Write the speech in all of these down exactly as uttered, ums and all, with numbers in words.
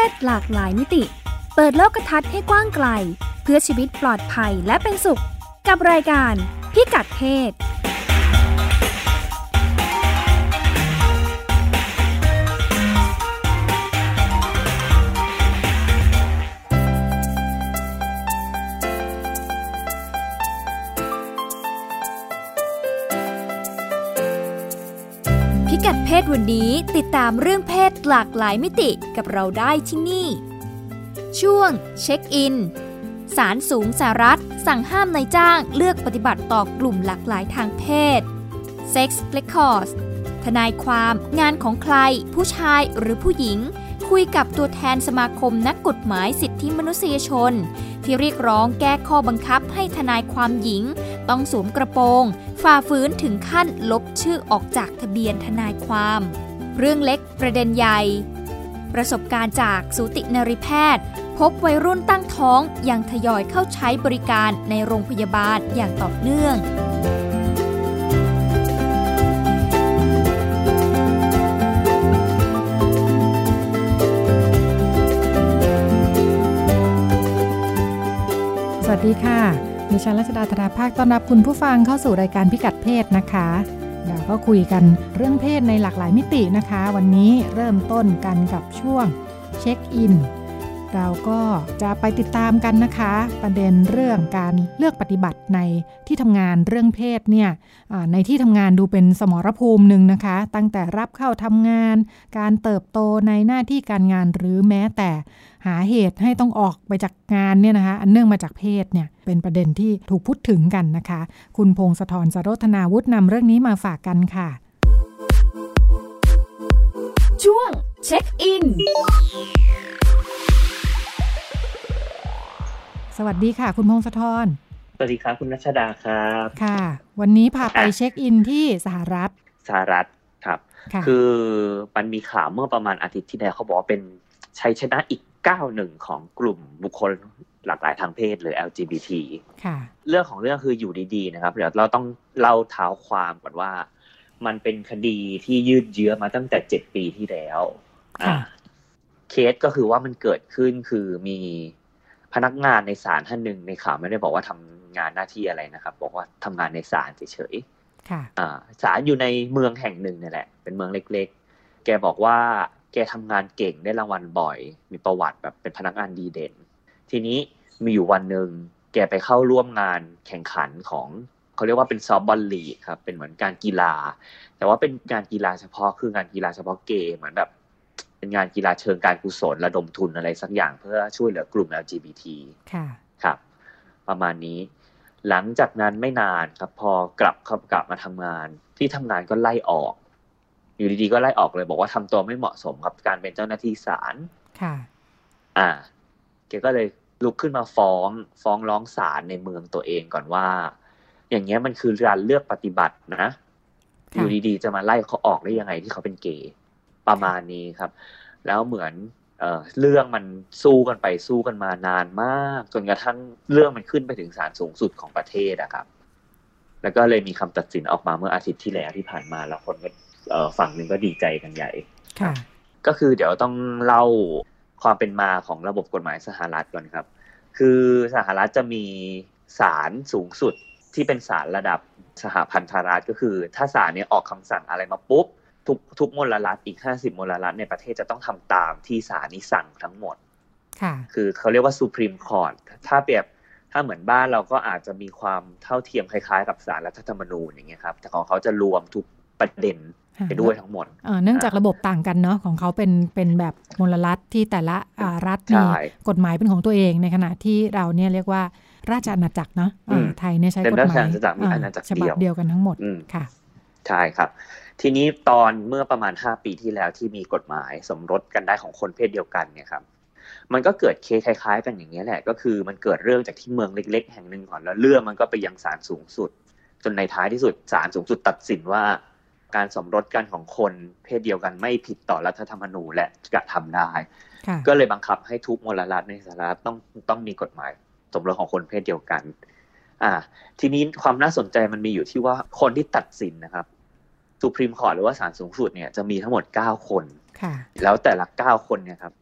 ศหลากหลายมิติเปิดโลกทัศน์ให้กว้างไกลเพื่อชีวิตปลอดภัยและเป็นสุขกับรายการพิกัดเพศพิกัดเพศวันนี้ติดตามเรื่องเพศหลากหลายมิติกับเราได้ที่นี่ช่วงเช็คอินศาลสูงสหรัฐสั่งห้ามนายจ้างเลือกปฏิบัติต่อกลุ่มหลากหลายทางเพศ Sex Records ทนายความงานของใครผู้ชายหรือผู้หญิงคุยกับตัวแทนสมาคมนักกฎหมายสิทธิมนุษยชนที่เรียกร้องแก้ข้อบังคับให้ทนายความหญิงต้องสวมกระโปรงฝ่าฝืนถึงขั้นลบชื่อออกจากทะเบียนทนายความเรื่องเล็กประเด็นใหญ่ประสบการณ์จากสูตินรีแพทย์พบวัยรุ่นตั้งท้องยังทยอยเข้าใช้บริการในโรงพยาบาลอย่างต่อเนื่องสวัสดีค่ะดิฉันรัชดาธราภาคต้อนรับคุณผู้ฟังเข้าสู่รายการพิกัดเพศนะคะเดี๋ยวก็คุยกันเรื่องเพศในหลากหลายมิตินะคะวันนี้เริ่มต้นกันกับช่วงเช็คอินเราก็จะไปติดตามกันนะคะประเด็นเรื่องการเลือกปฏิบัติในที่ทำงานเรื่องเพศเนี่ยในที่ทำงานดูเป็นสมรภูมิหนึ่งนะคะตั้งแต่รับเข้าทำงานการเติบโตในหน้าที่การงานหรือแม้แต่หาเหตุให้ต้องออกไปจากงานเนี่ยนะคะอันเนื่องมาจากเพศเนี่ยเป็นประเด็นที่ถูกพูดถึงกันนะคะคุณพงศธร สโรธนาวุฒินำเรื่องนี้มาฝากกันค่ะช่วงเช็คอินสวัสดีค่ะคุณพงศธรสวัสดีครับคุณรัชดาครับค่ะวันนี้พาไปเช็คอินที่สหรัฐสหรัฐครับคือมันมีข่าวเมื่อประมาณอาทิตย์ที่แล้วเขาบอกว่าเป็นชัยชนะอีกก้าวหนึ่งของกลุ่มบุคคลหลากหลายทางเพศหรือ แอล จี บี ทีค่ะเรื่องของเรื่องคืออยู่ดีๆนะครับเดี๋ยวเราต้องเล่าเท้าความก่อนว่ามันเป็นคดีที่ยืดเยื้อมาตั้งแต่เจ็ดปีที่แล้วอ่าเคสก็คือว่ามันเกิดขึ้นคือมีพนักงานในศาลท่านหนึ่งในข่าวไม่ได้บอกว่าทำงานหน้าที่อะไรนะครับบอกว่าทำงานในศาลเฉยๆค่ะอ่าศาลอยู่ในเมืองแห่งหนึ่งนี่แหละเป็นเมืองเล็กๆแกบอกว่าแกทำงานเก่งได้รางวัลบ่อยมีประวัติแบบเป็นพนักงานดีเด่นทีนี้มีอยู่วันนึงแกไปเข้าร่วมงานแข่งขันของเขาเรียกว่าเป็นซอฟต์บอลลีกครับเป็นเหมือนการกีฬาแต่ว่าเป็นงานกีฬาเฉพาะคืองานกีฬาเฉพาะเกย์เหมือนแบบเป็นงานกีฬาเชิงการกุศลระดมทุนอะไรสักอย่างเพื่อช่วยเหลือกลุ่ม แอล จี บี ทีค่ะครับประมาณนี้หลังจากนั้นไม่นานครับพอกลับเข้ากลับมาทำงานที่ทำงานก็ไล่ออกอยู่ดีๆก็ไล่ออกเลยบอกว่าทำตัวไม่เหมาะสมกับการเป็นเจ้าหน้าที่ศาลค่ะอ่าแกก็เลยลุกขึ้นมาฟ้องฟ้องร้องศาลในเมืองตัวเองก่อนว่าอย่างเงี้ยมันคือการเลือกปฏิบัตินะอยู่ดีๆจะมาไล่เขาออกได้ยังไงที่เขาเป็นเกย์ประมาณนี้ครับแล้วเหมือนเอ่อเรื่องมันสู้กันไปสู้กันมานานมากจนกระทั่งเรื่องมันขึ้นไปถึงศาลสูงสุดของประเทศอะครับแล้วก็เลยมีคำตัดสินออกมาเมื่ออาทิตย์ที่แล้วที่ผ่านมาแล้วคนก็เอ่อฝั่งนึงก็ดีใจกันใหญ่ค่ะก็คือเดี๋ยวต้องเล่าความเป็นมาของระบบกฎหมายสหรัฐก่อนครับคือสหรัฐจะมีศาลสูงสุดที่เป็นศาลระดับสหพันธรัฐก็คือถ้าศาลเนี่ยออกคำสั่งอะไรมาปุ๊บทุกทุกมลรัฐอีกห้าสิบมลรัฐในประเทศจะต้องทำตามที่ศาลนี้สั่งทั้งหมดค่ะคือเขาเรียกว่า Supreme Court ถ้าเปรียบถ้าเหมือนบ้านเราก็อาจจะมีความเท่าเทียมคล้ายๆกับศาลรัฐธรรมนูญอย่างเงี้ยครับแต่ของเขาจะรวมทุกประเด็นไปด้วยทั้งหมดเอ่อเนื่องจากระบบต่างกันเนาะของเขาเป็นเป็นแบบมลรัฐที่แต่ละรัฐมีกฎหมายเป็นของตัวเองในขณะที่เราเนี่ยเรียกว่าราชอาณาจักรเนาะไทยเนี่ยใช้กฎหมายฉบับเดียวกันทั้งหมดค่ะใช่ครับทีนี้ตอนเมื่อประมาณห้าปีที่แล้วที่มีกฎหมายสมรสกันได้ของคนเพศเดียวกันเนี่ยครับมันก็เกิดเคสคล้ายๆกันอย่างนี้แหละก็คือมันเกิดเรื่องจากที่เมืองเล็กๆแห่งนึงก่อนแล้วเรื่องมันก็ไปยังศาลสูงสุดจนในท้ายที่สุดศาลสูงสุดตัดสินว่าการสมรสกันของคนเพศเดียวกันไม่ผิดต่อรัฐธรรมนูญและกระทำได้ก็เลยบังคับให้ทุกมลรัฐในสหรัฐต้องต้องมีกฎหมายสมรสของคนเพศเดียวกันอ่าทีนี้ความน่าสนใจมันมีอยู่ที่ว่าคนที่ตัดสินนะครับSupreme Court หรือว่าศาลสูงสุดเนี่ยจะมีทั้งหมดเก้าคนแล้วแต่ละเก้าคนเนี่ยครับ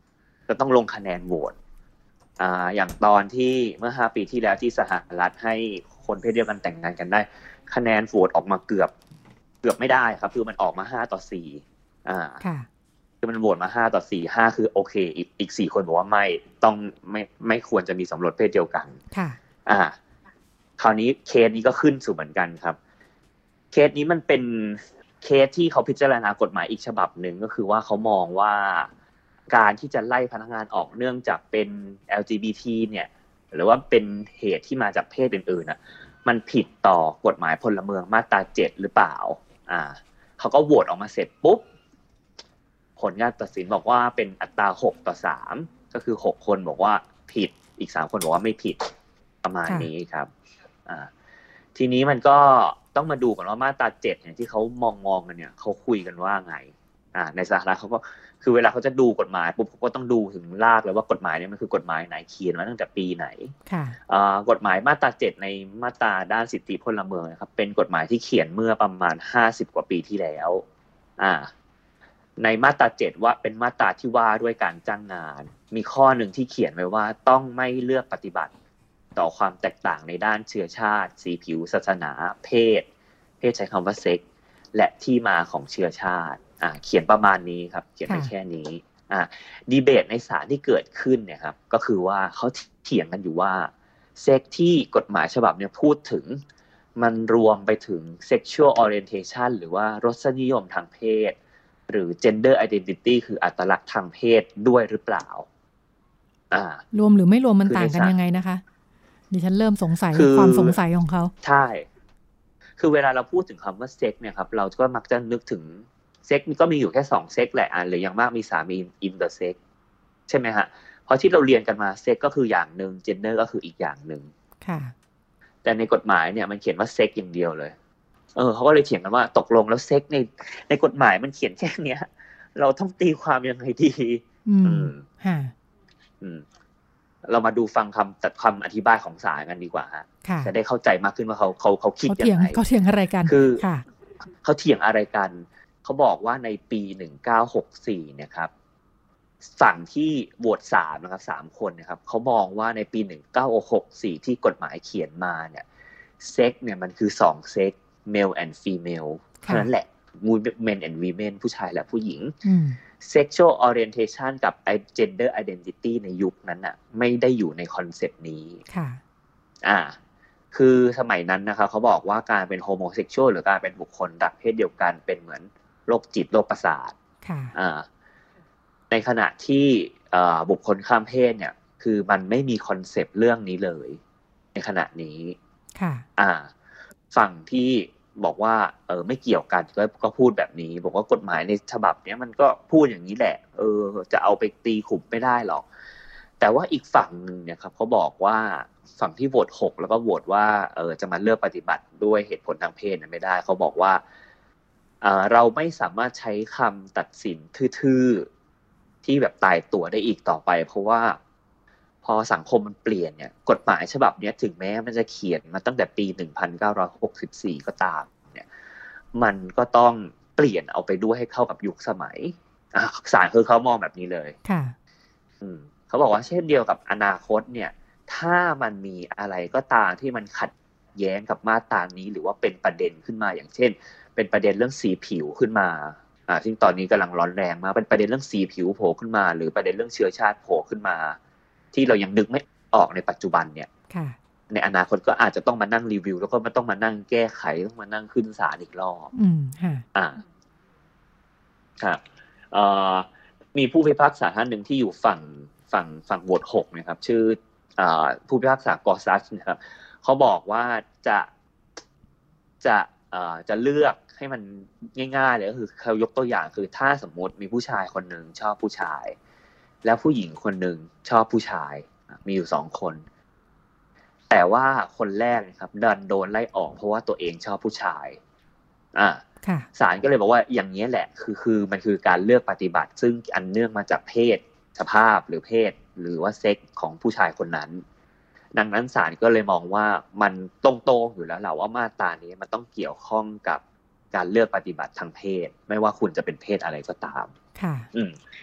ก็ต้องลงคะแนนโหวตอ่าอย่างตอนที่เมื่อห้าปีที่แล้วที่สหรัฐให้คนเพศเดียวกันแต่งงานกันได้คะแนนโหวตออกมาเกือบเกือบไม่ได้ครับคือมันออกมาห้าต่อสี่อ่าค่ะคือมันโหวตมาห้าต่อสี่ ห้าคือโอเคอีกอีกสี่คนบอกว่าไม่ต้องไม่ไม่ควรจะมีสมรสเพศเดียวกันค่ะอ่าคราวนี้เคสนี้ก็ขึ้นสู่เหมือนกันครับเคสนี้มันเป็นเคสที่เขาพิจารณากฎหมายอีกฉบับหนึ่งก็คือว่าเขามองว่าการที่จะไล่พนักงานออกเนื่องจากเป็น แอล จี บี ที เนี่ยหรือว่าเป็นเหตุที่มาจากเพศอื่นๆน่ะมันผิดต่อกฎหมายพลเมืองมาตราเจ็ดหรือเปล่าอ่าเขาก็โหวตออกมาเสร็จปุ๊บผลการตัดสินบอกว่าเป็นอัตราหกต่อสามก็คือหกคนบอกว่าผิดอีกสามคนบอกว่าไม่ผิดประมาณนี้ครับอ่าทีนี้มันก็ต้องมาดูก่อนว่ามาตราเจ็ดเนี่ยที่เขามองๆกันเนี่ยเขาคุยกันว่าไงอ่าในสหรัฐเขาก็คือเวลาเขาจะดูกฎหมายปุ๊บเขาก็ต้องดูถึงรากเลยว่ากฎหมายเนี่ยมันคือกฎหมายไหนเขียนมาตั้งแต่ปีไหนค่ะอ่ากฎหมายมาตราเจ็ดในมาตราด้านสิทธิพลเมืองนะครับเป็นกฎหมายที่เขียนเมื่อประมาณห้าสิบกว่าปีที่แล้วอ่าในมาตราเจ็ดว่าเป็นมาตราที่ว่าด้วยการจ้างงานมีข้อหนึ่งที่เขียนไว้ว่าต้องไม่เลือกปฏิบัติต่อความแตกต่างในด้านเชื้อชาติสีผิวศาสนาเพศเพศใช้คำว่าเซ็กและที่มาของเชื้อชาติอ่าเขียนประมาณนี้ครับเขียนไปแค่นี้อ่าดีเบตในศาลที่เกิดขึ้นเนี่ยครับก็คือว่าเขาเถียงกันอยู่ว่าเซ็กที่กฎหมายฉบับเนี่ยพูดถึงมันรวมไปถึง sexual orientation หรือว่ารสนิยมทางเพศหรือ gender identity คืออัตลักษณ์ทางเพศด้วยหรือเปล่าอ่ารวมหรือไม่รวมมันต่างกันยังไงนะคะดิฉันเริ่มสงสัยความสงสัยของเขาใช่คือเวลาเราพูดถึงคำว่าเซ็กเนี่ยครับเราก็มักจะนึกถึงเซ็กก็มีอยู่แค่สองเซ็กแหละอ่ะหรืออย่างมากมีสามีอินเตอร์เซ็กใช่ไหมฮะเพราะที่เราเรียนกันมาเซ็กก็คืออย่างนึงเจนเดอร์ก็คืออีกอย่างนึงค่ะแต่ในกฎหมายเนี่ยมันเขียนว่าเซ็กอย่างเดียวเลยเออเขาก็เลยเถียงกันว่าตกลงแล้วเซ็กในในกฎหมายมันเขียนแค่เนี้ยเราต้องตีความยังไงดีอืมค่ะอืมเรามาดูฟังคำตัดคำอธิบายของศาลกันดีกว่าฮะจะได้เข้าใจมากขึ้นว่าเขาเขาเขาคิดยังไงเขาเถียงอะไรกันคือเขาเถียงอะไรกันเขาบอกว่าในปีหนึ่งพันเก้าร้อยหกสิบสี่เนี่ยครับฝั่งที่โหวตสามนะครับสามคนนะครับเขามองว่าในปีหนึ่งพันเก้าร้อยหกสิบสี่ที่กฎหมายเขียนมาเนี่ยเซ็กเนี่ยมันคือสองเซ็ก male and female แค่นั้นแหละ men and women ผู้ชายและผู้หญิงsexual orientation กับ gender identity ในยุคนั้นน่ะไม่ได้อยู่ในคอนเซปต์นี้ค่ะอ่าคือสมัยนั้นนะคะเขาบอกว่าการเป็น homosexual หรือการเป็นบุคคลรักเพศเดียวกันเป็นเหมือนโรคจิตโรคประสาทค่ะอ่าในขณะที่อ่าบุคคลข้ามเพศเนี่ยคือมันไม่มีคอนเซปต์เรื่องนี้เลยในขณะนี้ค่ะอ่าฝั่งที่บอกว่าเออไม่เกี่ยวกันก็ก็พูดแบบนี้บอกว่ากฎหมายในฉบับนี้มันก็พูดอย่างนี้แหละเออจะเอาไปตีขุมไม่ได้หรอกแต่ว่าอีกฝั่งนึงเนี่ยครับเขาบอกว่าฝั่งที่โหวตหกแล้วก็โหวตว่าเออจะมาเลือกปฏิบัติด้วยเหตุผลทางเพศนั้นไม่ได้เขาบอกว่าเออเราไม่สามารถใช้คำตัดสินทื่อๆที่แบบตายตัวได้อีกต่อไปเพราะว่าพอสังคมมันเปลี่ยนเนี่ยกฎหมายฉบับนี้ถึงแม้มันจะเขียนมาตั้งแต่ปีหนึ่งพันเก้าร้อยหกสิบสี่ก็ตามเนี่ยมันก็ต้องเปลี่ยนเอาไปด้วยให้เข้ากับยุคสมัยอ่ะศาลคือเขามองแบบนี้เลยค่ะอืมเขาบอกว่าเช่นเดียวกับอนาคตเนี่ยถ้ามันมีอะไรก็ตามที่มันขัดแย้งกับมาตรานี้หรือว่าเป็นประเด็นขึ้นมาอย่างเช่นเป็นประเด็นเรื่องสีผิวขึ้นมาอ่าซึ่งตอนนี้กำลังร้อนแรงมากเป็นประเด็นเรื่องสีผิวโผล่ขึ้นมาหรือประเด็นเรื่องเชื้อชาติโผล่ขึ้นมาที่เรายังนึกไม่ออกในปัจจุบันเนี่ยในอนาคตก็อาจจะต้องมานั่งรีวิวแล้วก็มาต้องมานั่งแก้ไขต้องมานั่งขึ้นศาลอีกรอบอืมค่ะอ่าครับเอ่อมีผู้พิพากษาท่านหนึ่งที่อยู่ฝั่งฝั่งฝั่งโหวตหกนะครับชื่ออ่าผู้พิพากษากอซัสนะครับเขาบอกว่าจะจะเอ่อจะเลือกให้มันง่ายๆเลยก็คือเขายกตัวอย่างคือถ้าสมมติมีผู้ชายคนนึงชอบผู้ชายแล้วผู้หญิงคนหนึ่งชอบผู้ชายมีอยู่สองคนแต่ว่าคนแรกนะครับดันโดนไล่ออกเพราะว่าตัวเองชอบผู้ชายอ่าศาลก็เลยบอกว่าอย่างนี้แหละคือคือมันคือการเลือกปฏิบัติซึ่งอันเนื่องมาจากเพศสภาพหรือเพศหรือว่าเซ็กของผู้ชายคนนั้นดังนั้นศาลก็เลยมองว่ามันตรงๆอยู่แล้วแหละว่ามาตรานี้มันต้องเกี่ยวข้องกับการเลือกปฏิบัติทางเพศไม่ว่าคุณจะเป็นเพศอะไรก็ตามค่ะอืม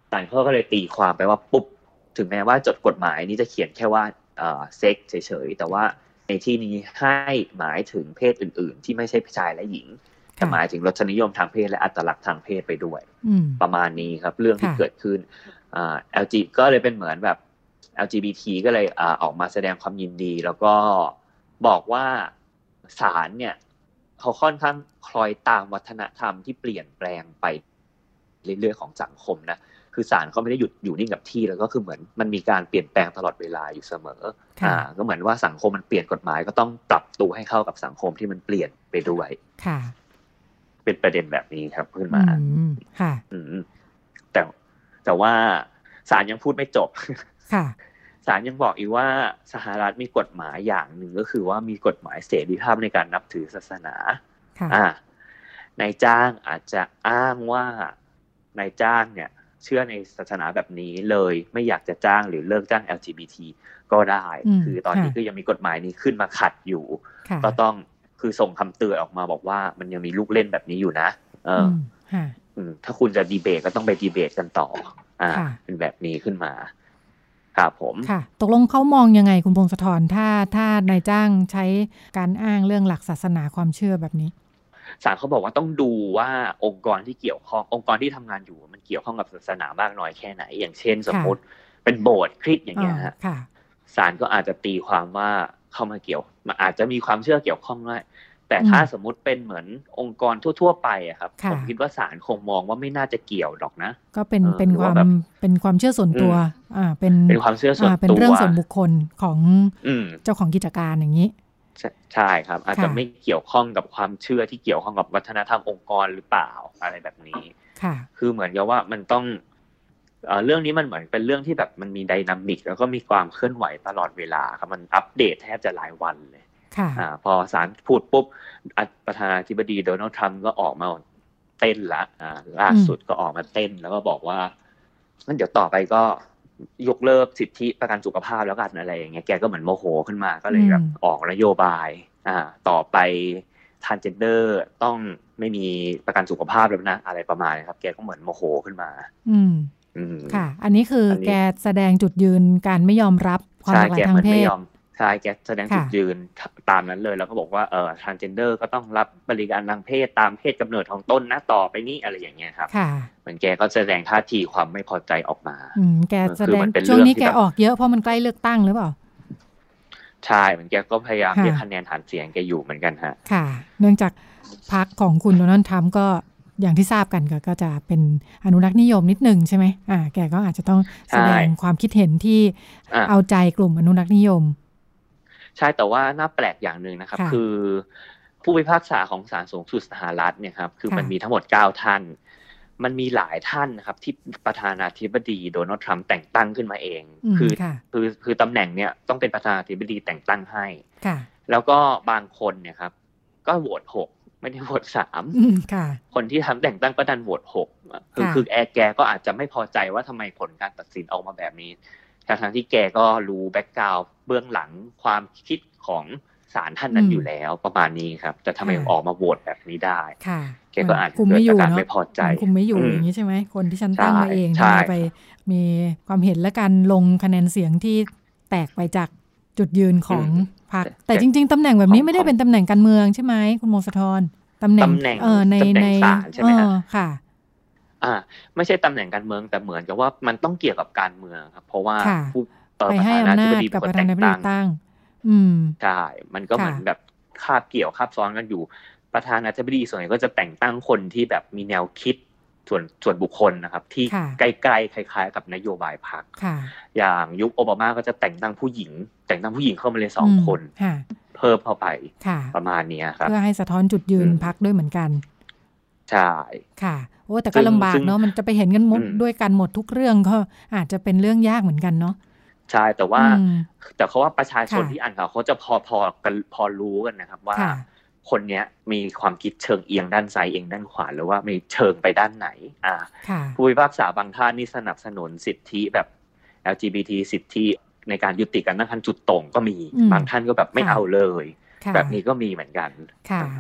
ศาลเขาก็เลยตีความไปว่าปุ๊บถึงแม้ว่าจดกฎหมายนี้จะเขียนแค่ว่าเอ่อเซ็กเฉยๆแต่ว่าในที่นี้ให้หมายถึงเพศอื่นๆที่ไม่ใช่ชายและหญิงแต่หมายถึงรสนิยมทางเพศและอัตลักษณ์ทางเพศไปด้วยประมาณนี้ครับเรื่องที่เกิดขึ้นอ่า แอล จี ก็เลยเป็นเหมือนแบบ แอล จี บี ที ก็เลยอ่าออกมาแสดงความยินดีแล้วก็บอกว่าศาลเนี่ยเขาค่อนข้างคล้อยตามวัฒนธรรมที่เปลี่ยนแปลงไปเรื่อยๆของสังคมนะคือศาลเขาไม่ได้หยุดอยู่นิ่งกับที่แล้วก็คือเหมือนมันมีการเปลี่ยนแปลงตลอดเวลาอยู่เสมออ่าก็เหมือนว่าสังคมมันเปลี่ยนกฎหมายก็ต้องปรับตัวให้เข้ากับสังคมที่มันเปลี่ยนไปด้วยค่ะเป็นประเด็นแบบนี้ครับขึ้นมาค่ะอืมแต่แต่ว่าศาลยังพูดไม่จบค่ะศาลยังบอกอีกว่าสหรัฐมีกฎหมายอย่างหนึ่งก็คือว่ามีกฎหมายเสรีภาพในการนับถือศาสนาอ่านายจ้างอาจจะอ้างว่านายจ้างเนี่ยเชื่อในศาสนาแบบนี้เลยไม่อยากจะจ้างหรือเลิกจ้าง แอล จี บี ที ก็ได้คือตอนนี้ก็ยังมีกฎหมายนี้ขึ้นมาขัดอยู่ก็ต้องคือส่งคำเตือนออกมาบอกว่ามันยังมีลูกเล่นแบบนี้อยู่นะเออถ้าคุณจะดีเบตก็ต้องไปดีเบตกันต่ออ่าเป็นแบบนี้ขึ้นมาครับผมค่ะตกลงเขามองยังไงคุณพงศธรถ้าถ้านายจ้างใช้การอ้างเรื่องหลักศาสนาความเชื่อแบบนี้ศาลเขาบอกว่าต้องดูว่าองค์กรที่เกี่ยวข้ององค์กรที่ทำงานอยู่มันเกี่ยวข้องกับศาสนามากน้อยแค่ไหนอย่างเช่นสมมติเป็นโบสถ์คริสต์อย่างเงี้ยฮะศาลก็อาจจะตีความว่าเข้ามาเกี่ยวมันอาจจะมีความเชื่อเกี่ยวข้องด้วยแต่ถ้าสมมุติเป็นเหมือนองค์กรทั่วๆไปอะครับผมคิดว่าศาลคงมองว่าไม่น่าจะเกี่ยวหรอกนะก็เป็นเป็นความเป็นความเชื่อส่วนตัวอ่าเป็นเป็นความเชื่อส่วนตัวเป็นเรื่องส่วนบุคคลของเจ้าของกิจการอย่างนี้ใช่ครับอาจจะไม่เกี่ยวข้องกับความเชื่อที่เกี่ยวข้องกับวัฒนธรรมองค์กรหรือเปล่าอะไรแบบนี้ค่ะคือเหมือนกับว่ามันต้องเอ่อเรื่องนี้มันเหมือนเป็นเรื่องที่แบบมันมีไดนามิกแล้วก็มีความเคลื่อนไหวตลอดเวลาครับมันอัปเดตแทบจะรายวันเลยค่ะอ่าพอศาลพูดปุ๊บประธานาธิบดีโดนัลด์ทรัมป์ก็ออกมาเต้นละอ่าล่าสุดก็ออกมาเต้นแล้วก็บอกว่างั้นเดี๋ยวต่อไปก็ยกเลิกสิทธิประกันสุขภาพแล้วกันอะไรอย่างเงี้ยแกก็เหมือนโมโหขึ้นมาก็เลยแบบออกนโยบายอ่าต่อไปทรานส์เจนเดอร์ต้องไม่มีประกันสุขภาพแล้วนะอะไรประมาณนี้ครับแกก็เหมือนโมโหขึ้นมาอืมอืมค่ะอันนี้คือแกแสดงจุดยืนการไม่ยอมรับความหลากหลายทางเพศใช่แกแสดงจุดยืนตามนั้นเลยแล้วก็บอกว่าเอ่อทรานส์เจนเดอร์ก็ต้องรับบริการทางเพศตามเพศกำเนิดของตนนะต่อไปนี้อะไรอย่างเงี้ยครับเหมือนแกก็แสดงท่าทีความไม่พอใจออกมาอืมแกแสดงช่วงนี้แกออกเยอะเพราะมันใกล้เลือกตั้งหรือเปล่าใช่เหมือนแกก็พยายามเรียกคะแนนฐานเสียงแกอยู่เหมือนกันฮะค่ะเนื่องจากพรรคของคุณโดนัลด์ทรัมป์ก็อย่างที่ทราบกันก็จะเป็นอนุรักษ์นิยมนิดนึงใช่ไหมอ่าแกก็อาจจะต้องแสดงความคิดเห็นที่เอาใจกลุ่มอนุรักษ์นิยมใช่แต่ว่าน่าแปลกอย่างนึงนะครับคือผู้พิพากษาของศาลสูงสุดสหรัฐเนี่ยครับคือมันมีทั้งหมดเก้าท่านมันมีหลายท่านนะครับที่ประธานาธิบดีโดนัลด์ทรัมป์แต่งตั้งขึ้นมาเองคือคือคือตำแหน่งเนี่ยต้องเป็นประธานาธิบดีแต่งตั้งให้แล้วก็บางคนเนี่ยครับก็โหวตหกไม่ได้โหวตสามคนที่ทำแต่งตั้งก็ดันโหวตหกคือคือแอร์แกก็อาจจะไม่พอใจว่าทำไมผลการตัดสินออกมาแบบนี้ทั้งที่แกก็รู้แบ็คกราวด์เบื้องหลังความคิดของศาลท่านนั้นอยู่แล้วประมาณนี้ครับแต่ทำไมออกมาโหวตแบบนี้ได้แกก็อาจจะเกิดจากการไม่พอใจคุมไม่อยู่อย่างนี้ใช่ไหมคนที่ฉันตั้งมาเองทำไมไปมีความเห็นและการลงคะแนนเสียงที่แตกไปจากจุดยืนของพรรคแต่จริงๆตำแหน่งแบบนี้ไม่ได้เป็นตำแหน่งการเมืองใช่ไหมคุณโมสธรตำแหน่งเออในในใช่ไหมค่ะอ่าไม่ใช่ตำแหน่งการเมืองแต่เหมือนกับว่ามันต้องเกี่ยวกับการเมืองครับเพราะว่าผู้ไปให้อำนาจกับประธานาธิบดีตั้งอืมใช่มันก็เหมือนแบบคาบเกี่ยวคาบซ้อนกันอยู่ประธานาธิบดีส่วนใหญ่ก็จะแต่งตั้งคนที่แบบมีแนวคิดส่วนส่วนบุคคลนะครับที่ใกล้ๆคล้ายๆกับนโยบายพรรคอย่างยุคโอบามาก็จะแต่งตั้งผู้หญิงแต่งตั้งผู้หญิงเข้ามาเลยสองคนเพิ่มเข้าไปประมาณนี้ครับเพื่อให้สะท้อนจุดยืนพรรคด้วยเหมือนกันใช่ค่ะโอ้แต่ก็ลำบากเนาะมันจะไปเห็นกันหมดด้วยกันหมดทุกเรื่องก็อาจจะเป็นเรื่องยากเหมือนกันเนาะใช่แต่ว่าแต่เขาว่าประชาชนที่อ่านข่าวเขาจะพอพอกันพอรู้กันนะครับว่าคนเนี้ยมีความคิดเชิงเอียงด้านซ้ายเอียงด้านขวาหรือว่ามีเชิงไปด้านไหนอ่าผู้พิพากษาบางท่านนี่สนับสนุนสิทธิแบบ แอล จี บี ที สิทธิในการยุติการตั้งครรภ์จุดตรงก็มีบางท่านก็แบบไม่เอาเลยแบบนี้ก็มีเหมือนกันค่ะ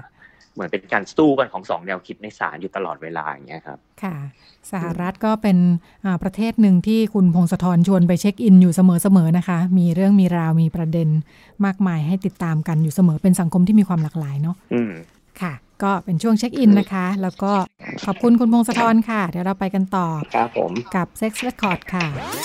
เหมือนเป็นการสู้กันของสองแนวคิดในศาลอยู่ตลอดเวลาอย่างเงี้ยครับค่ะสหรัฐก็เป็นประเทศหนึ่งที่คุณพงศธรชวนไปเช็คอินอยู่เสมอๆนะคะมีเรื่องมีราวมีประเด็นมากมายให้ติดตามกันอยู่เสมอเป็นสังคมที่มีความหลากหลายเนาะค่ะก็เป็นช่วงเช็คอินนะคะแล้วก็ขอบคุณคุณพงศธรค่ะเดี๋ยวเราไปกันต่อครับผมกับ Sex Record ค่ะ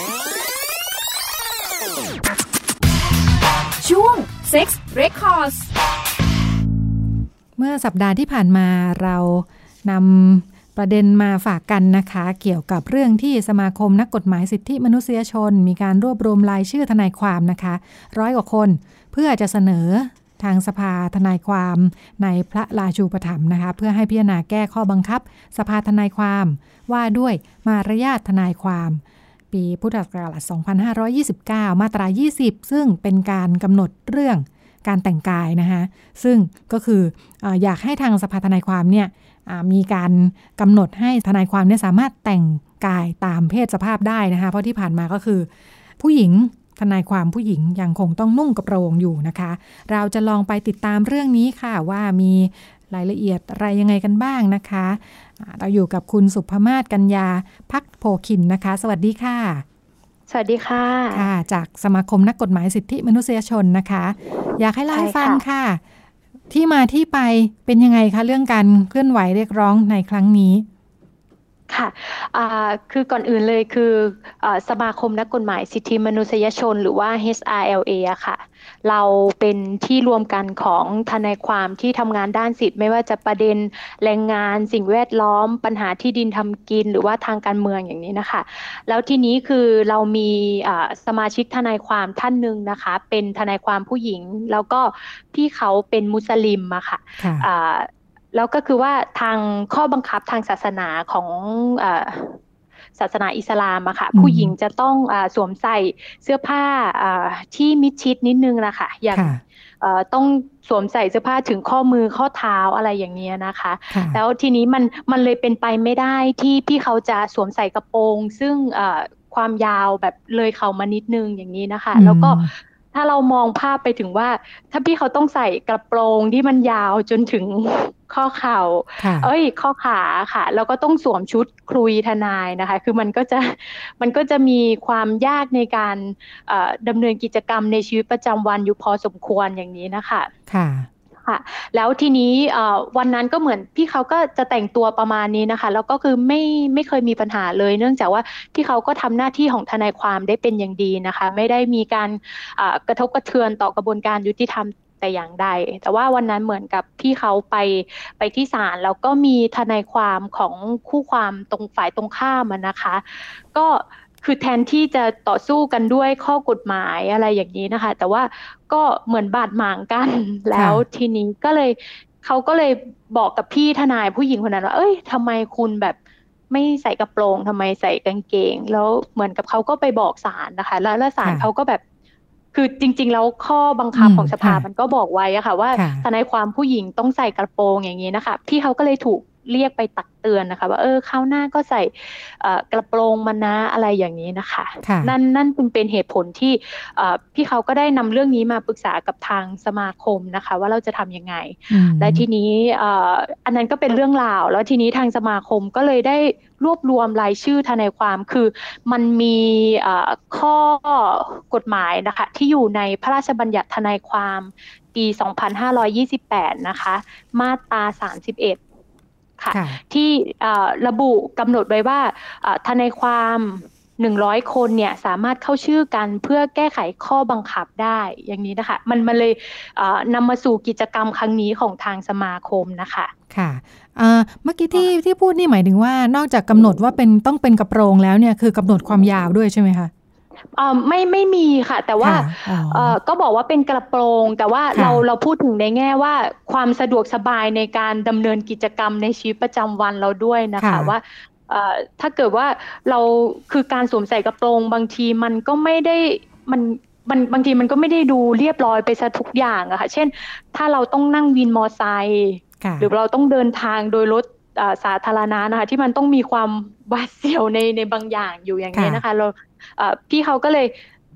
ช่วง Sex Records เมื่อสัปดาห์ที่ผ่านมาเรานำประเด็นมาฝากกันนะคะเกี่ยวกับเรื่องที่สมาคมนักกฎหมายสิทธิมนุษยชนมีการรวบรวมรายชื่อทนายความนะคะร้อยกว่าคนเพื่อจะเสนอทางสภาทนายความในพระราชูปถัมภ์นะคะเพื่อให้พิจารณาแก้ข้อบังคับสภาทนายความว่าด้วยมารยาททนายความปีพุทธศักราชสองพันห้าร้อยยี่สิบเก้ามาตรายี่สิบซึ่งเป็นการกำหนดเรื่องการแต่งกายนะคะซึ่งก็คือออยากให้ทางสภาทนายความเนี่ยมีการกำหนดให้ทนายความเนี่ยสามารถแต่งกายตามเพศสภาพได้นะคะเพราะที่ผ่านมาก็คือผู้หญิงทนายความผู้หญิงยังคงต้องนุ่งกระโปรงอยู่นะคะเราจะลองไปติดตามเรื่องนี้ค่ะว่ามีรายละเอียดอะไรยังไงกันบ้างนะคะเราอยู่กับคุณสุภมาศกัญญาภักโพคินนะคะสวัสดีค่ะสวัสดีค่ะค่ะจากสมาคมนักกฎหมายสิทธิมนุษยชนนะคะอยากให้เล่าให้ฟังค่ะที่มาที่ไปเป็นยังไงคะเรื่องการเคลื่อนไหวเรียกร้องในครั้งนี้ค่ะคือก่อนอื่นเลยคือสมาคมนักกฎหมายสิทธิมนุษยชนหรือว่า เอช อาร์ แอล เอ อะค่ะเราเป็นที่รวมกันของทนายความที่ทำงานด้านสิทธิ์ไม่ว่าจะประเด็นแรงงานสิ่งแวดล้อมปัญหาที่ดินทำกินหรือว่าทางการเมืองอย่างนี้นะคะแล้วทีนี้คือเรามีสมาชิกทนายความท่านหนึ่งนะคะเป็นทนายความผู้หญิงแล้วก็พี่เขาเป็นมุสลิมอะค่ะแล้วก็คือว่าทางข้อบังคับทางศาสนาของอ่าศาสนาอิสลามอะค่ะผู้หญิงจะต้องอ่าสวมใส่เสื้อผ้าอ่าที่มิดชิดนิดนึงนะคะอย่างอ่าต้องสวมใส่เสื้อผ้าถึงข้อมือข้อเท้าอะไรอย่างเงี้ยนะคะแล้วทีนี้มันมันเลยเป็นไปไม่ได้ที่พี่เขาจะสวมใส่กระโปรงซึ่งอ่าความยาวแบบเลยเข่ามานิดนึงอย่างนี้นะคะแล้วก็ถ้าเรามองภาพไปถึงว่าถ้าพี่เขาต้องใส่กระโปรงที่มันยาวจนถึงข้อเข่าเอ้ยข้อขาค่ะแล้วก็ต้องสวมชุดคลุยทนายนะคะคือมันก็จะมันก็จะมีความยากในการดำเนินกิจกรรมในชีวิตประจำวันอยู่พอสมควรอย่างนี้นะคะค่ะค่ะแล้วทีนี้วันนั้นก็เหมือนพี่เขาก็จะแต่งตัวประมาณนี้นะคะแล้วก็คือไม่ไม่เคยมีปัญหาเลยเนื่องจากว่าพี่เขาก็ทำหน้าที่ของทนายความได้เป็นอย่างดีนะคะไม่ได้มีการกระทบกระเทือนต่อกระบวนการยุติธรรมแต่อย่างใดแต่ว่าวันนั้นเหมือนกับพี่เขาไปไปที่ศาลแล้วก็มีทนายความของคู่ความตรงฝ่ายตรงข้ามนะคะก็คือแทนที่จะต่อสู้กันด้วยข้อกฎหมายอะไรอย่างนี้นะคะแต่ว่าก็เหมือนบาดหมางกันแล้วทีนี้ก็เลยเขาก็เลยบอกกับพี่ทนายผู้หญิงคนนั้นว่าเอ้ยทำไมคุณแบบไม่ใส่กระโปรงทำไมใส่กางเกงแล้วเหมือนกับเขาก็ไปบอกศาลนะคะแล้วแล้วศาลเขาก็แบบคือจริงๆแล้วข้อบังคับของสภามันก็บอกไว้อะค่ะว่าทนายความผู้หญิงต้องใส่กระโปรงอย่างนี้นะคะพี่เขาก็เลยถูกเรียกไปตักเตือนนะคะว่าเออคราวหน้าก็ใส่กระโปรงมานะอะไรอย่างนี้นะคะนั่นนั่นจึงเป็นเหตุผลที่พี่เขาก็ได้นำเรื่องนี้มาปรึกษากับทางสมาคมนะคะว่าเราจะทำยังไงและทีนี้อันนั้นก็เป็นเรื่องราวแล้วทีนี้ทางสมาคมก็เลยได้รวบรวมรายชื่อทนายความคือมันมีข้อกฎหมายนะคะที่อยู่ในพระราชบัญญัติทนายความปีสองพันห้าร้อยยี่สิบแปดนะคะมาตราสามสิบเอ็ดค่ะที่ระบุกำหนดไว้ว่าทนายความหนึ่งร้อยคนเนี่ยสามารถเข้าชื่อกันเพื่อแก้ไขข้อบังคับได้อย่างนี้นะคะมันมันเลยนำมาสู่กิจกรรมครั้งนี้ของทางสมาคมนะคะค่ะเมื่อกี้ที่ที่พูดนี่หมายถึงว่านอกจากกำหนดว่าเป็นต้องเป็นกระโปรงแล้วเนี่ยคือกำหนดความยาวด้วยใช่ไหมคะไม่ไม่มีค่ะแต่ว่าก็บอกว่าเป็นกระโปรงแต่ว่าเราเราพูดถึงในแง่ว่าความสะดวกสบายในการดำเนินกิจกรรมในชีวิตประจำวันเราด้วยนะคะว่าถ้าเกิดว่าเราคือการสวมใส่กระโปรงบางทีมันก็ไม่ได้มันมันบางทีมันก็ไม่ได้ดูเรียบร้อยไปซะทุกอย่างอะค่ะเช่นถ้าเราต้องนั่งวินมอไซค์หรือเราต้องเดินทางโดยรถสาธารณะนะคะที่มันต้องมีความหวาดเสียวในในบางอย่างอยู่อย่างนี้นะคะเราพี่เขาก็เลย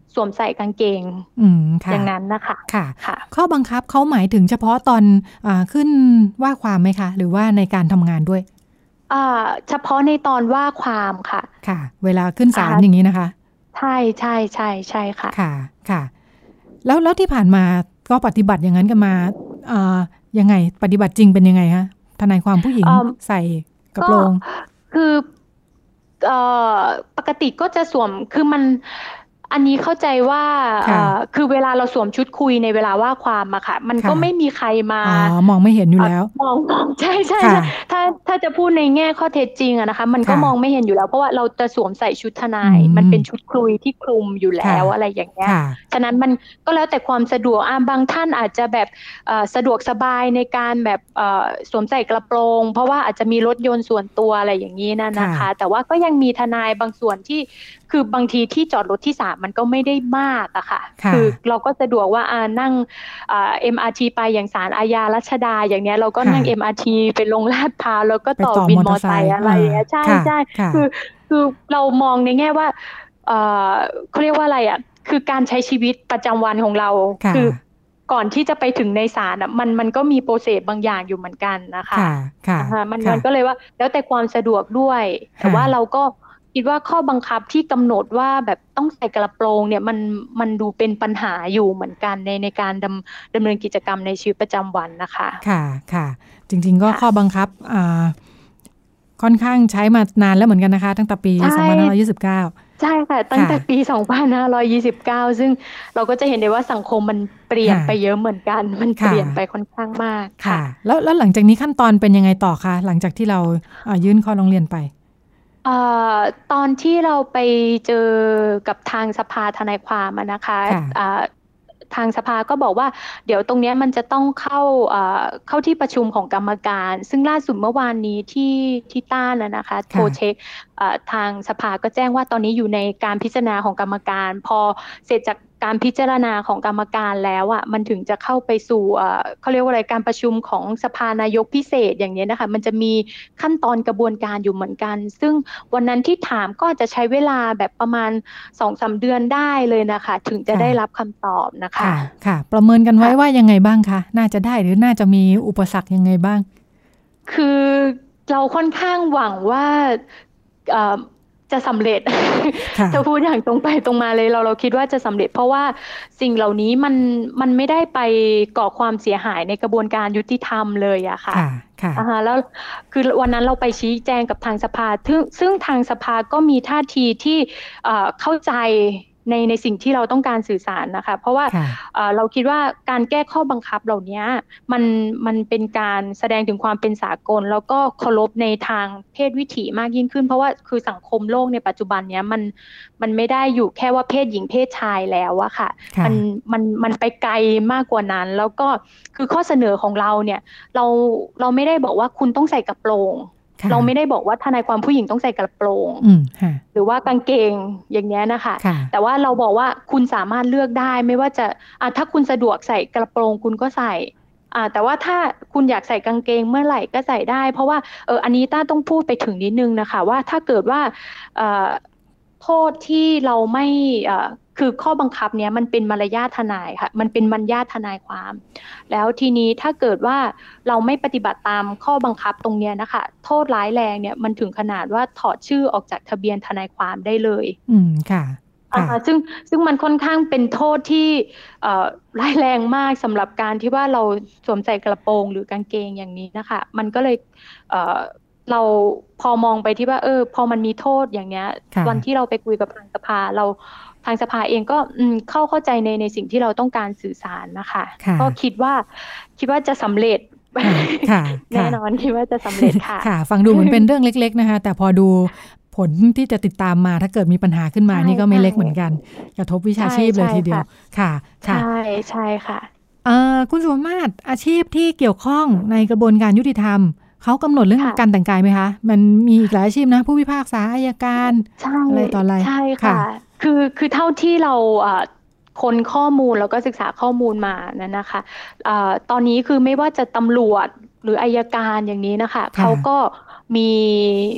สวมใส่กางเกงอืมค่ะอย่างนั้นนะคะค่ะค่ะข้อบังคับเขาหมายถึงเฉพาะตอนอ่าขึ้นว่าความไหมคะหรือว่าในการทำงานด้วยอ่าเฉพาะในตอนว่าความค่ะค่ะเวลาขึ้นศาลอย่างนี้นะคะใช่ใช่ใช่ใช่ค่ะค่ะค่ะแล้วแล้วที่ผ่านมาก็ปฏิบัติอย่างนั้นกันมาอ่ายังไงปฏิบัติจริงเป็นยังไงคะทนายความผู้หญิงใส่กระโปรงคือเอ่อปกติก็จะสวมคือมันอันนี้เข้าใจว่าคือเวลาเราสวมชุดคุยในเวลาว่าความอะค่ะมันก็ไม่มีใครมาอ๋อมองไม่เห็นอยู่แล้วมองมองใช่ใช่ใช่ถ้าถ้าจะพูดในแง่ข้อเท็จจริงอะนะคะมันก็มองไม่เห็นอยู่แล้วเพราะว่าเราจะสวมใส่ชุดทนายมันเป็นชุดคุยที่คลุมอยู่แล้วอะไรอย่างเงี้ยฉะนั้นมันก็แล้วแต่ความสะดวกอ่ะบางท่านอาจจะแบบสะดวกสบายในการแบบสวมใส่กระโปรงเพราะว่าอาจจะมีรถยนต์ส่วนตัวอะไรอย่างนี้นะนะคะแต่ว่าก็ยังมีทนายบางส่วนที่คือบางทีที่จอดรถที่สามมันก็ไม่ได้มากอะค่ะคือเราก็สะดวกว่านั่ง เอ็ม อาร์ ที ไปอย่างศาลอาญารัชดาอย่างเนี้ยเราก็นั่ง เอ็ม อาร์ ที ไปลงลาดพร้าวแล้วก็ต่อวินมอเตอร์ไซค์อะไรอย่างเงี้ยใช่ใช่คือคือเรามองในแง่ว่าเออเขาเรียกว่าอะไรอะคือการใช้ชีวิตประจำวันของเราคือก่อนที่จะไปถึงในศาลอ่ะมันมันก็มีโปรเซสบางอย่างอยู่เหมือนกันนะคะนะคะมันมันก็เลยว่าแล้วแต่ความสะดวกด้วยแต่ว่าเราก็คิดว่าข้อบังคับที่กำหนดว่าแบบต้องใส่กระโปรงเนี่ยมันมันดูเป็นปัญหาอยู่เหมือนกันในในการดำดำเนินกิจกรรมในชีวิตประจำวันนะคะค่ะค่ะจริงๆก็ข้อบังคับอ่าค่อนข้างใช้มานานแล้วเหมือนกันนะคะตั้งแต่ปีสองพันห้าร้อยยี่สิบเก้าใช่ค่ะตั้งแต่ปีสองพันห้าร้อยยี่สิบเก้าซึ่งเราก็จะเห็นได้ว่าสังคมมันเปลี่ยนไปเยอะเหมือนกันมันเปลี่ยนไปค่อนข้างมากค่ะแล้วแล้วหลังจากนี้ขั้นตอนเป็นยังไงต่อคะหลังจากที่เรายื่นข้อร้องเรียนไปเอ่อตอนที่เราไปเจอกับทางสภาทนายความนะคะทางสภาก็บอกว่าเดี๋ยวตรงนี้มันจะต้องเข้าเข้าที่ประชุมของกรรมการซึ่งล่าสุดเมื่อวานนี้ที่ที่ต้านนะคะโทรเช็คทางสภาก็แจ้งว่าตอนนี้อยู่ในการพิจารณาของกรรมการพอเสร็จจากการพิจารณาของกรรมการแล้วอ่ะมันถึงจะเข้าไปสู่เขาเรียกว่าอะไรการประชุมของสภานายกพิเศษอย่างนี้นะคะมันจะมีขั้นตอนกระบวนการอยู่เหมือนกันซึ่งวันนั้นที่ถามก็จะใช้เวลาแบบประมาณ สองถึงสาม เดือนได้เลยนะคะถึงจะได้รับคำตอบนะคะค่ะค่ะประเมินกันไว้ว่ายังไงบ้างคะน่าจะได้หรือน่าจะมีอุปสรรคยังไงบ้างคือเราค่อนข้างหวังว่าจะสำเร็จจะพูดอย่างตรงไปตรงมาเลยเราเราคิดว่าจะสำเร็จเพราะว่าสิ่งเหล่านี้มันมันไม่ได้ไปก่อความเสียหายในกระบวนการยุติธรรมเลยอะค่ะค่ะแล้วคือวันนั้นเราไปชี้แจงกับทางสภาซึ่งซึ่งทางสภาก็มีท่าทีที่เข้าใจในในสิ่งที่เราต้องการสื่อสารนะคะเพราะว่าเราคิดว่าการแก้ข้อบังคับเหล่านี้มันมันเป็นการแสดงถึงความเป็นสากลแล้วก็เคารพในทางเพศวิถีมากยิ่งขึ้นเพราะว่าคือสังคมโลกในปัจจุบันนี้มันมันไม่ได้อยู่แค่ว่าเพศหญิงเพศชายแล้วอะค่ะมันมันมันไปไกลมากกว่านั้นแล้วก็คือข้อเสนอของเราเนี่ยเราเราไม่ได้บอกว่าคุณต้องใส่กระโปรงเราไม่ได้บอกว่าทนายความผู้หญิงต้องใส่กระโปรงหรือว่ากางเกงอย่างนี้นะคะแต่ว่าเราบอกว่าคุณสามารถเลือกได้ไม่ว่าจะอ่ะถ้าคุณสะดวกใส่กระโปรงคุณก็ใส่อ่าแต่ว่าถ้าคุณอยากใส่กางเกงเมื่อไหร่ก็ใส่ได้เพราะว่าเอออันนี้ต้าต้องพูดไปถึงนิดนึงนะคะว่าถ้าเกิดว่าเอ่อโทษที่เราไม่เอ่อคือข้อบังคับเนี้ยมันเป็นมารยาททนายค่ะมันเป็นมารยาททนายความแล้วทีนี้ถ้าเกิดว่าเราไม่ปฏิบัติตามข้อบังคับตรงเนี้ยนะคะโทษร้ายแรงเนี่ยมันถึงขนาดว่าถอดชื่อออกจากทะเบียนทนายความได้เลยอืมค่ะอ่าซึ่งซึ่งมันค่อนข้างเป็นโทษที่เอ่อร้ายแรงมากสำหรับการที่ว่าเราสวมใส่กระโปรงหรือกางเกงอย่างนี้นะคะมันก็เลยเอ่อเราพอมองไปที่ว่าเออพอมันมีโทษอย่างเนี้ยวันที่เราไปคุยกับทางสภาเราทางสภาเองก็เข้าเข้าใจในในสิ่งที่เราต้องการสื่อสารนะคะก็คิดว่าคิดว่าจะสำเร็จแน่นอนคิดว่าจะสำเร็จค่ะค่ะฟังดูเหมือนเป็นเรื่องเล็กๆนะคะแต่พอดูผลที่จะติดตามมาถ้าเกิดมีปัญหาขึ้นมานี่ก็ไม่เล็กเหมือนกันกระทบวิชาชีพเลยทีเดียวค่ะใช่ใช่ค่ะคุณสุมาศอาชีพที่เกี่ยวข้องในกระบวนการยุติธรรมเขากำหนดเรื่องการแต่งกายไหมคะมันมีอีกหลายอาชีพนะผู้พิพากษาอัยการอะไรต่ออะไรใช่ค่ะคือคือเท่าที่เราค้นข้อมูลแล้วก็ศึกษาข้อมูลมานั่นนะคะตอนนี้คือไม่ว่าจะตำรวจหรืออัยการอย่างนี้นะคะเขาก็มี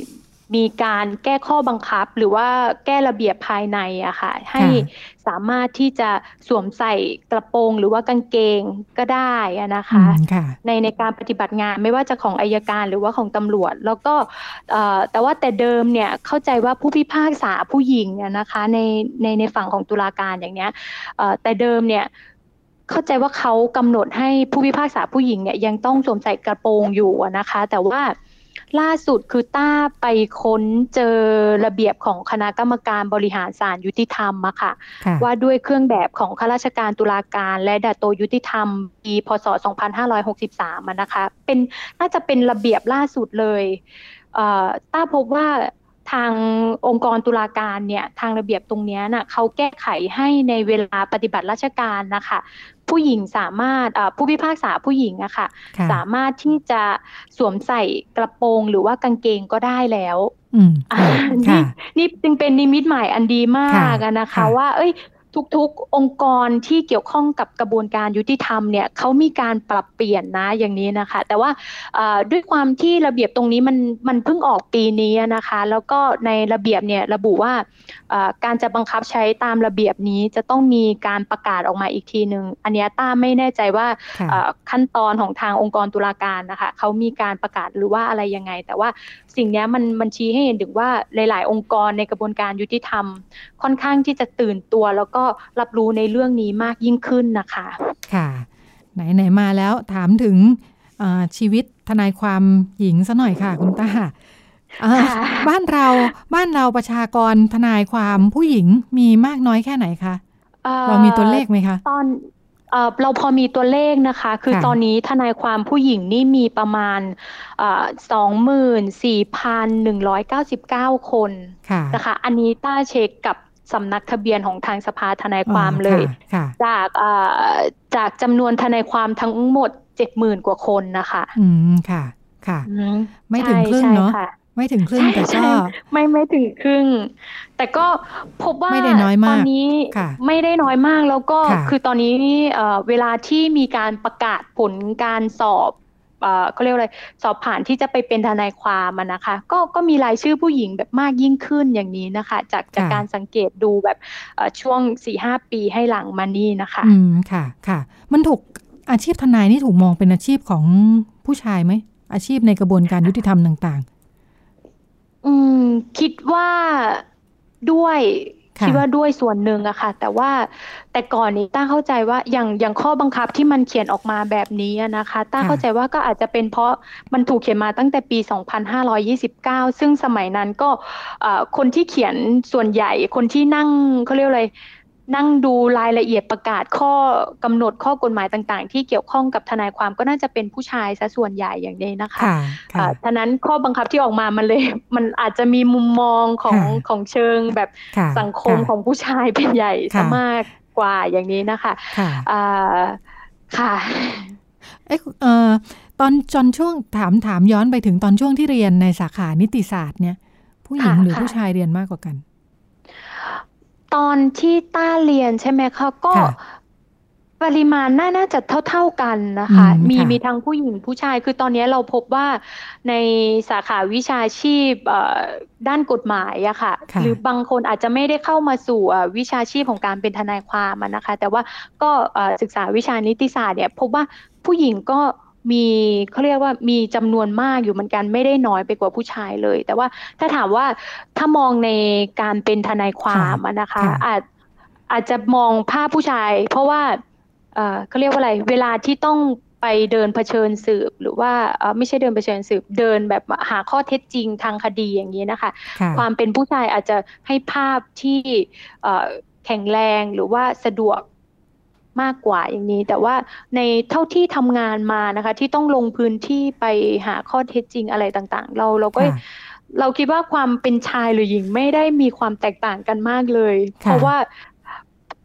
มีการแก้ข้อบังคับหรือว่าแก้ระเบียบภายในอะค่ะให้สามารถที่จะสวมใส่กระโปรงหรือว่ากางเกงก็ได้นะคะในในการปฏิบัติงานไม่ว่าจะของอัยการหรือว่าของตำรวจแล้วก็แต่ว่าแต่เดิมเนี่ยเข้าใจว่าผู้พิพากษาผู้หญิงนะคะในในในฝั่งของตุลาการอย่างเนี้ยแต่เดิมเนี่ยเข้าใจว่าเขากำหนดให้ผู้พิพากษาผู้หญิงเนี่ยยังต้องสวมใส่กระโปรงอยู่นะคะแต่ว่าล่าสุดคือต้าไปค้นเจอระเบียบของคณะกรรมการบริหารศาลยุติธรรมอะค่ะว่าด้วยเครื่องแบบของข้าราชการตุลาการและดาโตยุติธรรมปีพ.ศ. สองพันห้าร้อยหกสิบสามอะนะคะเป็นน่าจะเป็นระเบียบล่าสุดเลยเอ่อต้าพบว่าทางองค์กรตุลาการเนี่ยทางระเบียบตรงนี้น่ะเขาแก้ไขให้ในเวลาปฏิบัติราชการนะคะผู้หญิงสามารถผู้พิพากษาผู้หญิงอะค่ะสามารถที่จะสวมใส่กระโปรงหรือว่ากางเกงก็ได้แล้วนี่นี่จึงเป็นนิมิตหมายอันดีมากนะคะว่าเอ้ยทุกๆองค์กรที่เกี่ยวข้องกับกระบวนการยุติธรรมเนี่ยเขามีการปรับเปลี่ยนนะอย่างนี้นะคะแต่ว่าด้วยความที่ระเบียบตรงนี้มันมันเพิ่งออกปีนี้นะคะแล้วก็ในระเบียบเนี่ยระบุว่าการจะบังคับใช้ตามระเบียบนี้จะต้องมีการประกาศออกมาอีกทีนึงอันนี้ต้าไม่แน่ใจว่าขั้นตอนของทางองค์กรตุลาการนะคะเขามีการประกาศหรือว่าอะไรยังไงแต่ว่าสิ่งนี้มันมันชี้ให้เห็นถึงว่าหลายๆองค์กรในกระบวนการยุติธรรมค่อนข้างที่จะตื่นตัวแล้วก็รับรู้ในเรื่องนี้มากยิ่งขึ้นนะคะค่ะไหนๆมาแล้วถามถึงชีวิตทนายความหญิงซะหน่อยค่ะคุณต้าบ้านเราบ้านเราประชากรทนายความผู้หญิงมีมากน้อยแค่ไหนคะเรามีตัวเลขไหมคะตอนเอ่อเราพอมีตัวเลขนะคะคือตอนนี้ทนายความผู้หญิงนี่มีประมาณเอ่อ สองหมื่นสี่พันหนึ่งร้อยเก้าสิบเก้า คนนะคะอันนี้ต้าเช็คกับสำนักทะเบียนของทางสภาทนายความเลยจากเอ่อจากจำนวนทนายความทั้งหมด เจ็ดหมื่น กว่าคนนะคะอืมค่ะค่ะไม่ถึงครึ่งเนาะไม่ถึงครึ่งแต่ก็ไม่ไม่ถึงครึ่งแต่ก็พบว่าตอนนี้ไม่ได้น้อยมากแล้วก็คือตอนนี้เวลาที่มีการประกาศผลการสอบเขาเรียกอะไรสอบผ่านที่จะไปเป็นทนายความนะคะก็ก็มีรายชื่อผู้หญิงแบบมากยิ่งขึ้นอย่างนี้นะคะจากจากการสังเกตดูแบบช่วง สี่ห้า ปีให้หลังมานี่นะคะอืมค่ะค่ะมันถูกอาชีพทนายนี่ถูกมองเป็นอาชีพของผู้ชายไหมอาชีพในกระบวนการยุติธรรมต่างๆอืมคิดว่าด้วยคิดว่าด้วยส่วนหนึ่งอะค่ะแต่ว่าแต่ก่อนนี้ต้าเข้าใจว่าอย่างอย่างข้อบังคับที่มันเขียนออกมาแบบนี้นะคะต้าเข้าใจว่าก็อาจจะเป็นเพราะมันถูกเขียนมาตั้งแต่ปีสองพันห้าร้อยยี่สิบเก้าซึ่งสมัยนั้นก็คนที่เขียนส่วนใหญ่คนที่นั่งเขาเรียกอะไรนั่งดูรายละเอียดประกาศข้อกำหนดข้อกฎหมายต่างๆที่เกี่ยวข้องกับทนายความก็น่าจะเป็นผู้ชายซะส่วนใหญ่อย่างนี้นะคะฉะนั้นข้อบังคับที่ออกมามันเลยมันอาจจะมีมุมมองของของเชิงแบบสังคมของผู้ชายเป็นใหญ่ซะมากกว่าอย่างนี้นะคะค่ะเอ๊ะเอ่อตอนจนช่วงถามถามย้อนไปถึงตอนช่วงที่เรียนในสาขานิติศาสตร์เนี่ยผู้หญิงหรือผู้ชายเรียนมากกว่ากันตอนที่ต้าเรียนใช่ไหมคะก็ปริมาณน่าน่าจะเท่าๆกันนะคะมีมีทั้งผู้หญิงผู้ชายคือตอนนี้เราพบว่าในสาขาวิชาชีพด้านกฎหมายอะค่ะหรือบางคนอาจจะไม่ได้เข้ามาสู่วิชาชีพของการเป็นทนายความนะคะแต่ว่าก็ศึกษาวิชานิติศาสตร์เนี่ยพบว่าผู้หญิงก็มีเขาเรียกว่ามีจำนวนมากอยู่เหมือนกันไม่ได้น้อยไปกว่าผู้ชายเลยแต่ว่าถ้าถามว่าถ้ามองในการเป็นทนายความนะคะอาจอาจจะมองภาพผู้ชายเพราะว่าเอ่อเขาเรียกว่าอะไรเวลาที่ต้องไปเดินเผชิญสืบหรือว่าเอ่อไม่ใช่เดินเผชิญสืบเดินแบบหาข้อเท็จจริงทางคดีอย่างนี้นะคะความเป็นผู้ชายอาจจะให้ภาพที่เอ่อแข็งแรงหรือว่าสะดวกมากกว่าอย่างนี้แต่ว่าในเท่าที่ทำงานมานะคะที่ต้องลงพื้นที่ไปหาข้อเท็จจริงอะไรต่างๆเราเราก็เราคิดว่าความเป็นชายหรือหญิงไม่ได้มีความแตกต่างกันมากเลยเพราะว่า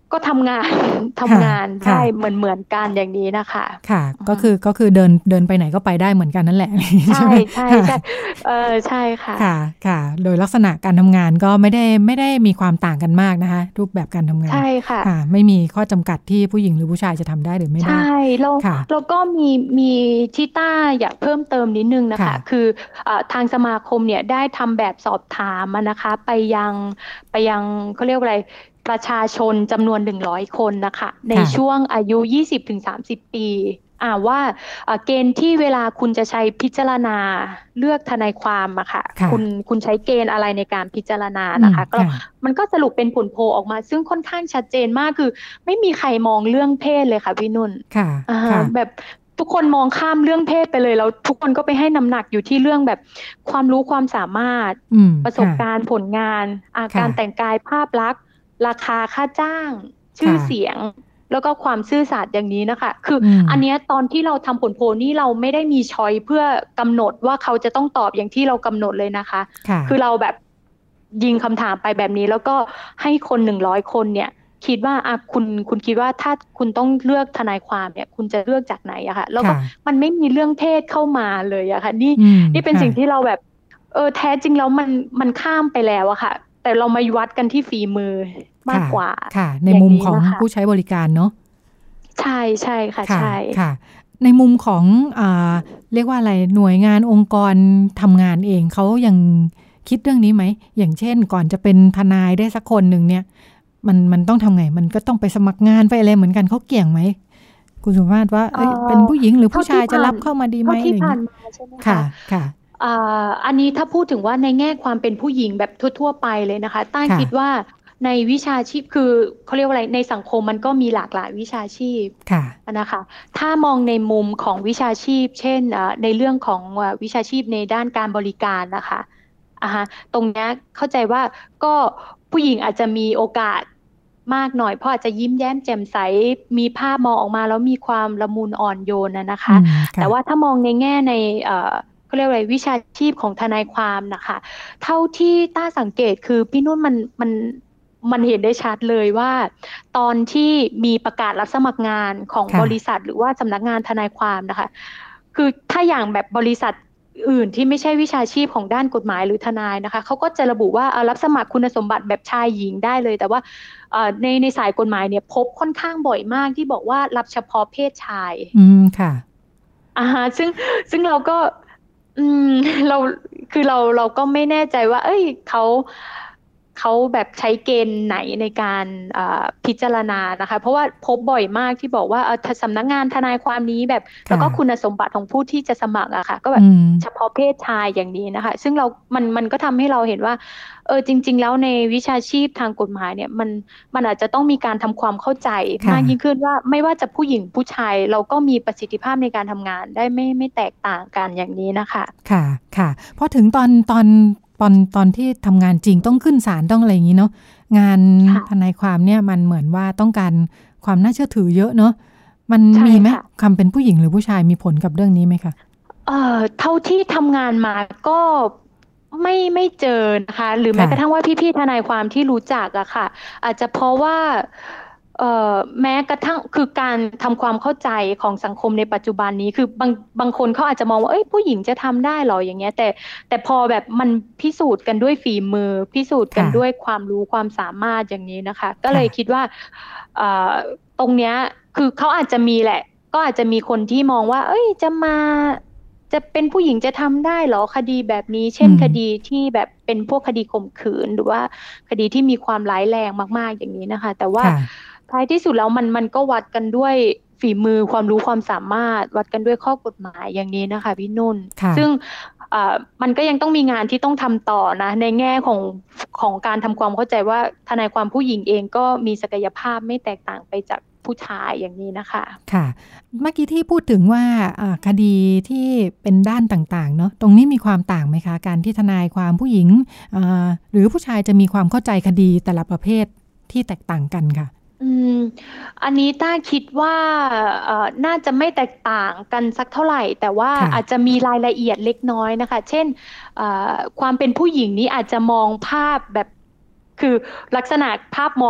ก็ทำงานทำงานได้เหมือนเหมือนกันอย่างนี้นะคะค่ะก็คือก็คือเดินเดินไปไหนก็ไปได้เหมือนกันนั่นแหละใช่ใช่ใช่เออใช่ค่ะค่ะค่ะโดยลักษณะการทำงานก็ไม่ได้ไม่ได้มีความต่างกันมากนะคะรูปแบบการทำงานใช่ค่ะค่ะไม่มีข้อจำกัดที่ผู้หญิงหรือผู้ชายจะทำได้หรือไม่ได้ใช่แล้วแล้วก็มีมีที่ต้าอยากเพิ่มเติมนิดนึงนะคะคือทางสมาคมเนี่ยได้ทำแบบสอบถามนะคะไปยังไปยังเขาเรียกว่าอะไรประชาชนจำนวนหนึ่งร้อยคนนะคะในช่วงอายุ ยี่สิบถึงสามสิบ ปีอ่าว่าเกณฑ์ที่เวลาคุณจะใช้พิจารณาเลือกทนายความอะค่ะคุณคุณใช้เกณฑ์อะไรในการพิจารณานะคะก็มันก็สรุปเป็นผลโพลออกมาซึ่งค่อนข้างชัดเจนมากคือไม่มีใครมองเรื่องเพศเลยค่ะพี่นุ่นค่ะแบบทุกคนมองข้ามเรื่องเพศไปเลยแล้วทุกคนก็ไปให้น้ำหนักอยู่ที่เรื่องแบบความรู้ความสามารถประสบการณ์ผลงานการแต่งกายภาพลักษณ์ราคาค่าจ้างชื่อเสียงแล้วก็ความซื่อสัตย์อย่างนี้นะคะคืออันนี้ตอนที่เราทำผลโพลนี่เราไม่ได้มีช้อยเพื่อกำหนดว่าเขาจะต้องตอบอย่างที่เรากำหนดเลยนะคะคือเราแบบยิงคำถามไปแบบนี้แล้วก็ให้คนหนึ่งร้อยคนเนี่ยคิดว่าอ่ะคุณคุณคิดว่าถ้าคุณต้องเลือกทนายความเนี่ยคุณจะเลือกจากไหนอะค่ะแล้วก็มันไม่มีเรื่องเพศเข้ามาเลยอะค่ะนี่นี่เป็นสิ่งที่เราแบบเออแท้จริงแล้วมันมันข้ามไปแล้วอะค่ะแต่เรามาวัดกันที่ฝีมือมากกว่าค่ะในมุมของผู้ใช้บริการเนาะใช่ใช่ค่ะใช่ค่ะในมุมของอ่าเรียกว่าอะไรหน่วยงานองค์กรทำงานเองเขายังคิดเรื่องนี้ไหมอย่างเช่นก่อนจะเป็นทนายได้สักคนหนึ่งเนี่ยมันมันต้องทำไงมันก็ต้องไปสมัครงานไปอะไรเหมือนกันเขาเกี่ยงไหมคุณสุภาพว่าเป็นผู้หญิงหรือผู้ชายจะรับเข้ามาดีไหมที่ผ่านมาใช่ไหมคะค่ะอันนี้ถ้าพูดถึงว่าในแง่ความเป็นผู้หญิงแบบทั่วๆไปเลยนะคะต้าคิดว่าในวิชาชีพคือเขาเรียกว่าอะไรในสังคมมันก็มีหลากหลายวิชาชีพนะคะถ้ามองในมุมของวิชาชีพเช่นในเรื่องของวิชาชีพในด้านการบริการนะคะอ่าฮะตรงนี้เข้าใจว่าก็ผู้หญิงอาจจะมีโอกาสมากหน่อยเพราะอาจจะยิ้มแย้มแจ่มใสมีภาพมองออกมาแล้วมีความละมุนอ่อนโยนนะคะแต่ว่าถ้ามองในแง่ในเขาเรียกอะไรวิชาชีพของทนายความนะคะเท่าที่ต้าสังเกตคือพี่นุ่นมันมันมันเห็นได้ชัดเลยว่าตอนที่มีประกาศรับสมัครงานของบริษัทหรือว่าสำนักงานทนายความนะคะคือถ้าอย่างแบบบริษัทอื่นที่ไม่ใช่วิชาชีพของด้านกฎหมายหรือทนายนะคะเขาก็จะระบุว่ารับสมัครคุณสมบัติแบบชายหญิงได้เลยแต่ว่าในในสายกฎหมายเนี่ยพบค่อนข้างบ่อยมากที่บอกว่ารับเฉพาะเพศชายอืมค่ะอ่าซึ่งซึ่งเราก็อืมเราคือเราเราก็ไม่แน่ใจว่าเอ้ยเขาเขาแบบใช้เกณฑ์ไหนในการพิจารณานะคะเพราะว่าพบบ่อยมากที่บอกว่าสำนักงานทนายความนี้แบบแล้วก็คุณสมบัติของผู้ที่จะสมัครอะค่ะก็แบบเฉพาะเพศชายอย่างนี้นะคะซึ่งเรามันมันก็ทำให้เราเห็นว่าเออจริงๆแล้วในวิชาชีพทางกฎหมายเนี่ยมันมันอาจจะต้องมีการทำความเข้าใจมากยิ่งขึ้นว่าไม่ว่าจะผู้หญิงผู้ชายเราก็มีประสิทธิภาพในการทำงานได้ไม่ไม่แตกต่างกันอย่างนี้นะคะค่ะค่ะพอถึงตอนตอนตอนตอนที่ทำงานจริงต้องขึ้นศาลต้องอะไรอย่างนี้เนาะงานทนายความเนี่ยมันเหมือนว่าต้องการความน่าเชื่อถือเยอะเนาะมันมีไหมคำเป็นผู้หญิงหรือผู้ชายมีผลกับเรื่องนี้ไหมคะเอ่อเท่าที่ทำงานมาก็ไม่ไม่เจอนะคะหรือแม้กระทั่งว่าพี่ๆทนายความที่รู้จักอะค่ะอาจจะเพราะว่าเอ่อแม้กระทั่งคือการทำความเข้าใจของสังคมในปัจจุบันนี้คือบางบางคนเขาอาจจะมองว่าเอ้ยผู้หญิงจะทำได้หรออย่างเงี้ยแต่แต่พอแบบมันพิสูจน์กันด้วยฝีมือพิสูจน์กันด้วยความรู้ความสามารถอย่างนี้นะคะก็เลยคิดว่าเอ่อตรงเนี้ยคือเขาอาจจะมีแหละก็อาจจะมีคนที่มองว่าเอ้ยจะมาจะเป็นผู้หญิงจะทำได้หรอคดีแบบนี้เช่นคดีที่แบบเป็นพวกคดีข่มขืนหรือว่าคดีที่มีความร้ายแรงมากๆอย่างนี้นะคะแต่ว่าท้ายที่สุดแล้วมันมันก็วัดกันด้วยฝีมือความรู้ความสามารถวัดกันด้วยข้อกฎหมายอย่างนี้นะคะพี่นุ่นซึ่งมันก็ยังต้องมีงานที่ต้องทำต่อนะในแง่ของของการทำความเข้าใจว่าทนายความผู้หญิงเองก็มีศักยภาพไม่แตกต่างไปจากผู้ชายอย่างนี้นะคะค่ะเมื่อกี้ที่พูดถึงว่าคดีที่เป็นด้านต่างๆเนาะตรงนี้มีความต่างไหมคะการที่ทนายความผู้หญิงหรือผู้ชายจะมีความเข้าใจคดีแต่ละประเภทที่แตกต่างกันค่ะอืมอันนี้ต้าคิดว่าเอ่อน่าจะไม่แตกต่างกันสักเท่าไหร่แต่ว่าอาจจะมีรายละเอียดเล็กน้อยนะคะเช่นเอ่อความเป็นผู้หญิงนี้อาจจะมองภาพแบบคือลักษณะภาพมอง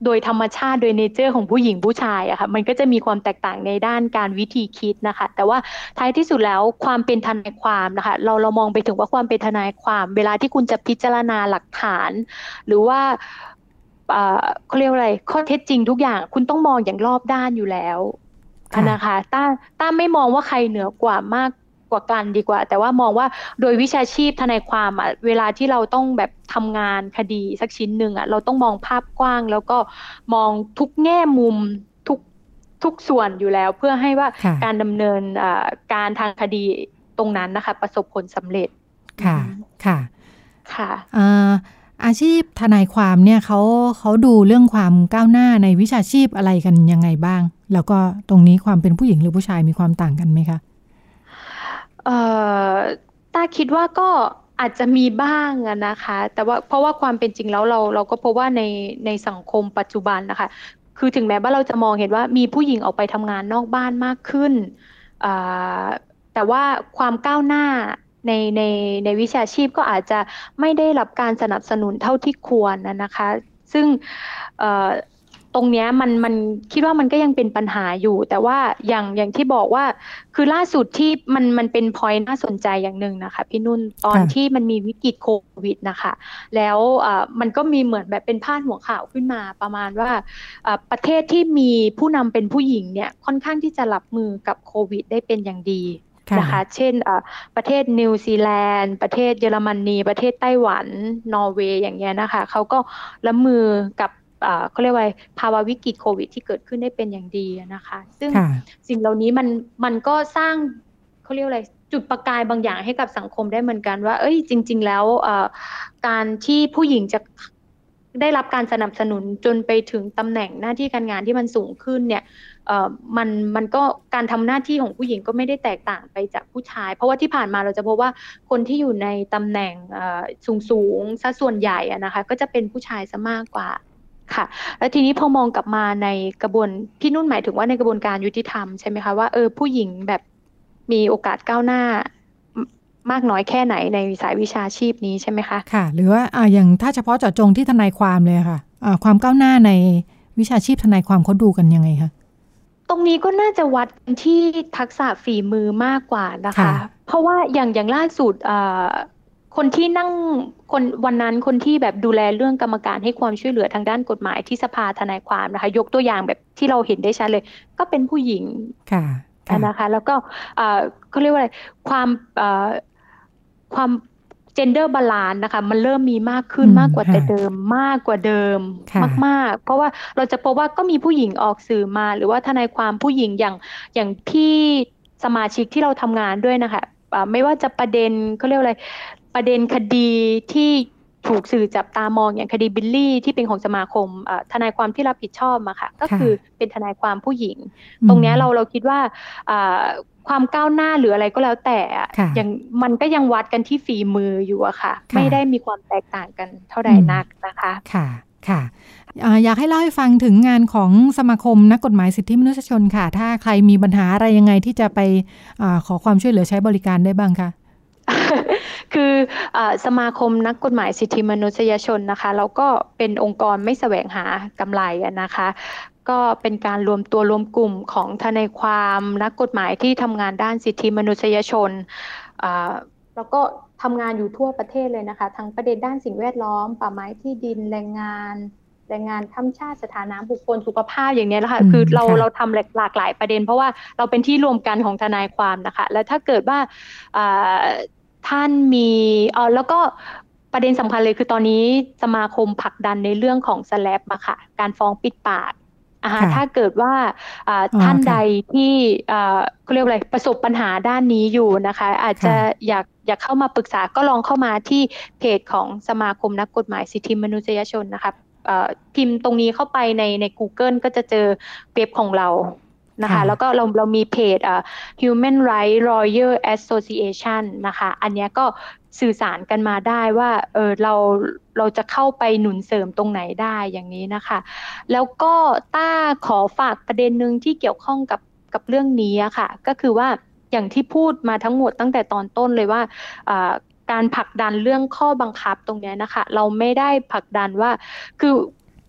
โดยธรรมชาติโดยเนเจอร์ของผู้หญิงผู้ชายอะค่ะมันก็จะมีความแตกต่างในด้านการวิธีคิดนะคะแต่ว่าท้ายที่สุดแล้วความเป็นทนายความนะคะเราเรามองไปถึงว่าความเป็นทนายความเวลาที่คุณจะพิจารณาหลักฐานหรือว่าเขาเรียกว่าอะไรข้อเท็จจริงทุกอย่างคุณต้องมองอย่างรอบด้านอยู่แล้วนะคะต้าต้าไม่มองว่าใครเหนือกว่ามากกว่ากันดีกว่าแต่ว่ามองว่าโดยวิชาชีพทนายความอ่ะเวลาที่เราต้องแบบทำงานคดีสักชิ้นหนึ่งอ่ะเราต้องมองภาพกว้างแล้วก็มองทุกแง่มุมทุกทุกส่วนอยู่แล้วเพื่อให้ว่าการดำเนินการทางคดีตรงนั้นนะคะประสบผลสำเร็จค่ะค่ะค่ะอาชีพทนายความเนี่ยเขาเขาดูเรื่องความก้าวหน้าในวิชาชีพอะไรกันยังไงบ้างแล้วก็ตรงนี้ความเป็นผู้หญิงหรือผู้ชายมีความต่างกันไหมคะเอ่อต้าคิดว่าก็อาจจะมีบ้างนะคะแต่ว่าเพราะว่าความเป็นจริงแล้วเราเราก็พบว่าในในสังคมปัจจุบันนะคะคือถึงแม้ว่าเราจะมองเห็นว่ามีผู้หญิงออกไปทำงานนอกบ้านมากขึ้นแต่ว่าความก้าวหน้าในในในวิชาชีพก็อาจจะไม่ได้รับการสนับสนุนเท่าที่ควรนะคะซึ่งตรงนี้มันมันคิดว่ามันก็ยังเป็นปัญหาอยู่แต่ว่าอย่างอย่างที่บอกว่าคือล่าสุดที่มันมันเป็น point น่าสนใจอย่างหนึ่งนะคะพี่นุ่นตอนที่มันมีวิกฤตโควิดนะคะแล้วมันก็มีเหมือนแบบเป็นพาดหัวข่าวขึ้นมาประมาณว่าประเทศที่มีผู้นำเป็นผู้หญิงเนี่ยค่อนข้างที่จะรับมือกับโควิดได้เป็นอย่างดีนะคะเช่นประเทศนิวซีแลนด์ประเทศเยอรมนีประเทศไต้หวันนอร์เวย์อย่างเงี้ยนะคะเขาก็รับมือกับเขาเรียกว่าภาวะวิกฤตโควิดที่เกิดขึ้นได้เป็นอย่างดีนะคะซึ่งสิ่งเหล่านี้มันมันก็สร้างเขาเรียกว่าอะไรจุดประกายบางอย่างให้กับสังคมได้เหมือนกันว่าเอ้ยจริงๆแล้วการที่ผู้หญิงจะได้รับการสนับสนุนจนไปถึงตำแหน่งหน้าที่การงานที่มันสูงขึ้นเนี่ยมันมันก็การทำหน้าที่ของผู้หญิงก็ไม่ได้แตกต่างไปจากผู้ชายเพราะว่าที่ผ่านมาเราจะพบว่าคนที่อยู่ในตำแหน่งสูงสูงซะส่วนใหญ่นะคะก็จะเป็นผู้ชายซะมากกว่าค่ะแล้วทีนี้พอมองกลับมาในกระบวนพี่นุ่นหมายถึงว่าในกระบวนการยุติธรรมใช่ไหมคะว่าเออผู้หญิงแบบมีโอกาสก้าวหน้ามากน้อยแค่ไหนในสายวิชาชีพนี้ใช่ไหมคะค่ะหรือว่าอ่าอย่างถ้าเฉพาะเจาะจงที่ทนายความเลยค่ะอ่าความก้าวหน้าในวิชาชีพทนายความเขาดูกันยังไงคะตรงนี้ก็น่าจะวัดที่ทักษะฝีมือมากกว่านะคะเพราะว่าอย่างอย่างล่าสุดอ่าคนที่นั่งคนวันนั้นคนที่แบบดูแลเรื่องกรรมการให้ความช่วยเหลือทางด้านกฎหมายที่สภาทนายความนะคะยกตัวอย่างแบบที่เราเห็นได้ชัดเลยก็เป็นผู้หญิงค่ะนะคะแล้วก็เขาเรียกว่าอะไรความความ gender balance นะคะมันเริ่มมีมากขึ้นมากกว่าแต่เดิมมากกว่าเดิมมากๆเพราะว่าเราจะพบว่าก็มีผู้หญิงออกสื่อมาหรือว่าทนายความผู้หญิงอย่างอย่างพี่สมาชิกที่เราทำงานด้วยนะคะไม่ว่าจะประเด็นเขาเรียกอะไรประเด็นคดีที่ถูกสื่อจับตามองอย่างคดีบิลลี่ที่เป็นของสมาคมทนายความที่รับผิดชอบมาค่ะก็คือเป็นทนายความผู้หญิงตรงนี้เราเราคิดว่าความก้าวหน้าหรืออะไรก็แล้วแต่อย่างมันก็ยังวัดกันที่ฝีมืออยู่อะค่ะไม่ได้มีความแตกต่างกันเท่าใดนักนะคะค่ะค่ะอยากให้เล่าให้ฟังถึงงานของสมาคมนักกฎหมายสิทธิมนุษยชนค่ะถ้าใครมีปัญหาอะไรยังไงที่จะไปขอความช่วยเหลือใช้บริการได้บ้างคะคือสมาคมนักกฎหมายสิทธิมนุษยชนนะคะแล้วก็เป็นองค์กรไม่แสวงหากำไรนะคะก็เป็นการรวมตัวรวมกลุ่มของทนายความนักกฎหมายที่ทำงานด้านสิทธิมนุษยชนแล้วก็ทำงานอยู่ทั่วประเทศเลยนะคะทั้งประเด็นด้านสิ่งแวดล้อมป่าไม้ที่ดินแรงงานแรงงานข้ามชาติสถานะบุคคลสุขภาพอย่างนี้แหละค่ะคือเราเราทำหลากหลายประเด็นเพราะว่าเราเป็นที่รวมกันของทนายความนะคะแล้วถ้าเกิดว่าท่านมีเออแล้วก็ประเด็นสำคัญเลยคือตอนนี้สมาคมผลักดันในเรื่องของสแลปมาค่ะการฟ้องปิดปากถ้าเกิดว่าท่านใดที่เขาเรียกอะไรประสบปัญหาด้านนี้อยู่นะคะอาจจะอยากอยากเข้ามาปรึกษาก็ลองเข้ามาที่เพจของสมาคมนักกฎหมายสิทธิมนุษยชนนะคะพิมพ์ตรงนี้เข้าไปในใน Google ก็จะเจอเว็บของเรานะคะแล้วก็เราเรามีเพจ Human Rights Lawyer Association นะคะอันนี้ก็สื่อสารกันมาได้ว่าเออเราเราจะเข้าไปหนุนเสริมตรงไหนได้อย่างนี้นะคะแล้วก็ต้าขอฝากประเด็นนึงที่เกี่ยวข้องกับกับเรื่องนี้ค่ะก็คือว่าอย่างที่พูดมาทั้งหมดตั้งแต่ตอนต้นเลยว่าการผลักดันเรื่องข้อบังคับตรงนี้นะคะเราไม่ได้ผลักดันว่าคือ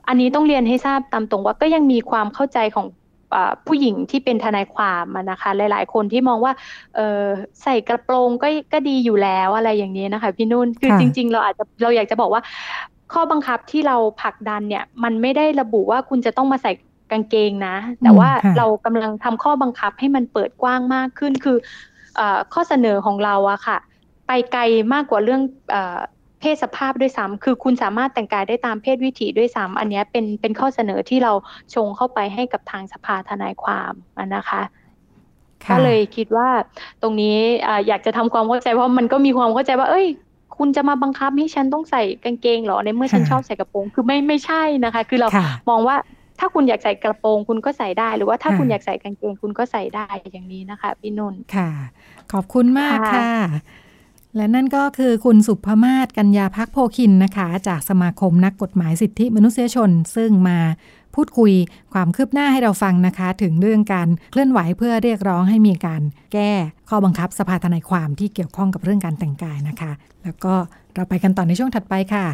อันนี้ต้องเรียนให้ทราบตามตรงว่าก็ยังมีความเข้าใจของผู้หญิงที่เป็นทนายความนะคะหลายๆคนที่มองว่าเออใส่กระโปรงก็ก็ดีอยู่แล้วอะไรอย่างนี้นะคะพี่นุ่นคือจริงๆเราอาจจะเราอยากจะบอกว่าข้อบังคับที่เราผลักดันเนี่ยมันไม่ได้ระบุว่าคุณจะต้องมาใส่กางเกงนะแต่ว่าเรากำลังทำข้อบังคับให้มันเปิดกว้างมากขึ้นคือข้อเสนอของเราอะค่ะไปไกลมากกว่าเรื่องเพศสภาพด้วยซ้ำคือคุณสามารถแต่งกายได้ตามเพศวิถีด้วยซ้ำอันนี้เป็นเป็นข้อเสนอที่เราชงเข้าไปให้กับทางสภาทนายความนะคะก็เลยคิดว่าตรงนี้อยากจะทำความเข้าใจเพราะมันก็มีความเข้าใจว่าเอ้ยคุณจะมาบังคับให้ฉันต้องใส่กางเกงเหรอในเมื่อฉันชอบใส่กระโปรงคือไม่ไม่ใช่นะคะคือเรามองว่าถ้าคุณอยากใส่กระโปรงคุณก็ใส่ได้หรือว่าถ้าคุณอยากใส่กางเกงคุณก็ใส่ได้อย่างนี้นะคะพี่นุ่นค่ะขอบคุณมากค่ะและนั่นก็คือคุณสุภมาศกัญญาภักดิ์โพคินนะคะจากสมาคมนักกฎหมายสิทธิมนุษยชนซึ่งมาพูดคุยความคืบหน้าให้เราฟังนะคะถึงเรื่องการเคลื่อนไหวเพื่อเรียกร้องให้มีการแก้ข้อบังคับสภาทนายความที่เกี่ยวข้องกับเรื่องการแต่งกายนะคะแล้วก็เราไปกันต่อในช่วงถัดไปค่ะ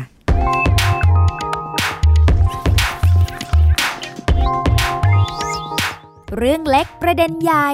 เรื่องเล็กประเด็นใหญ่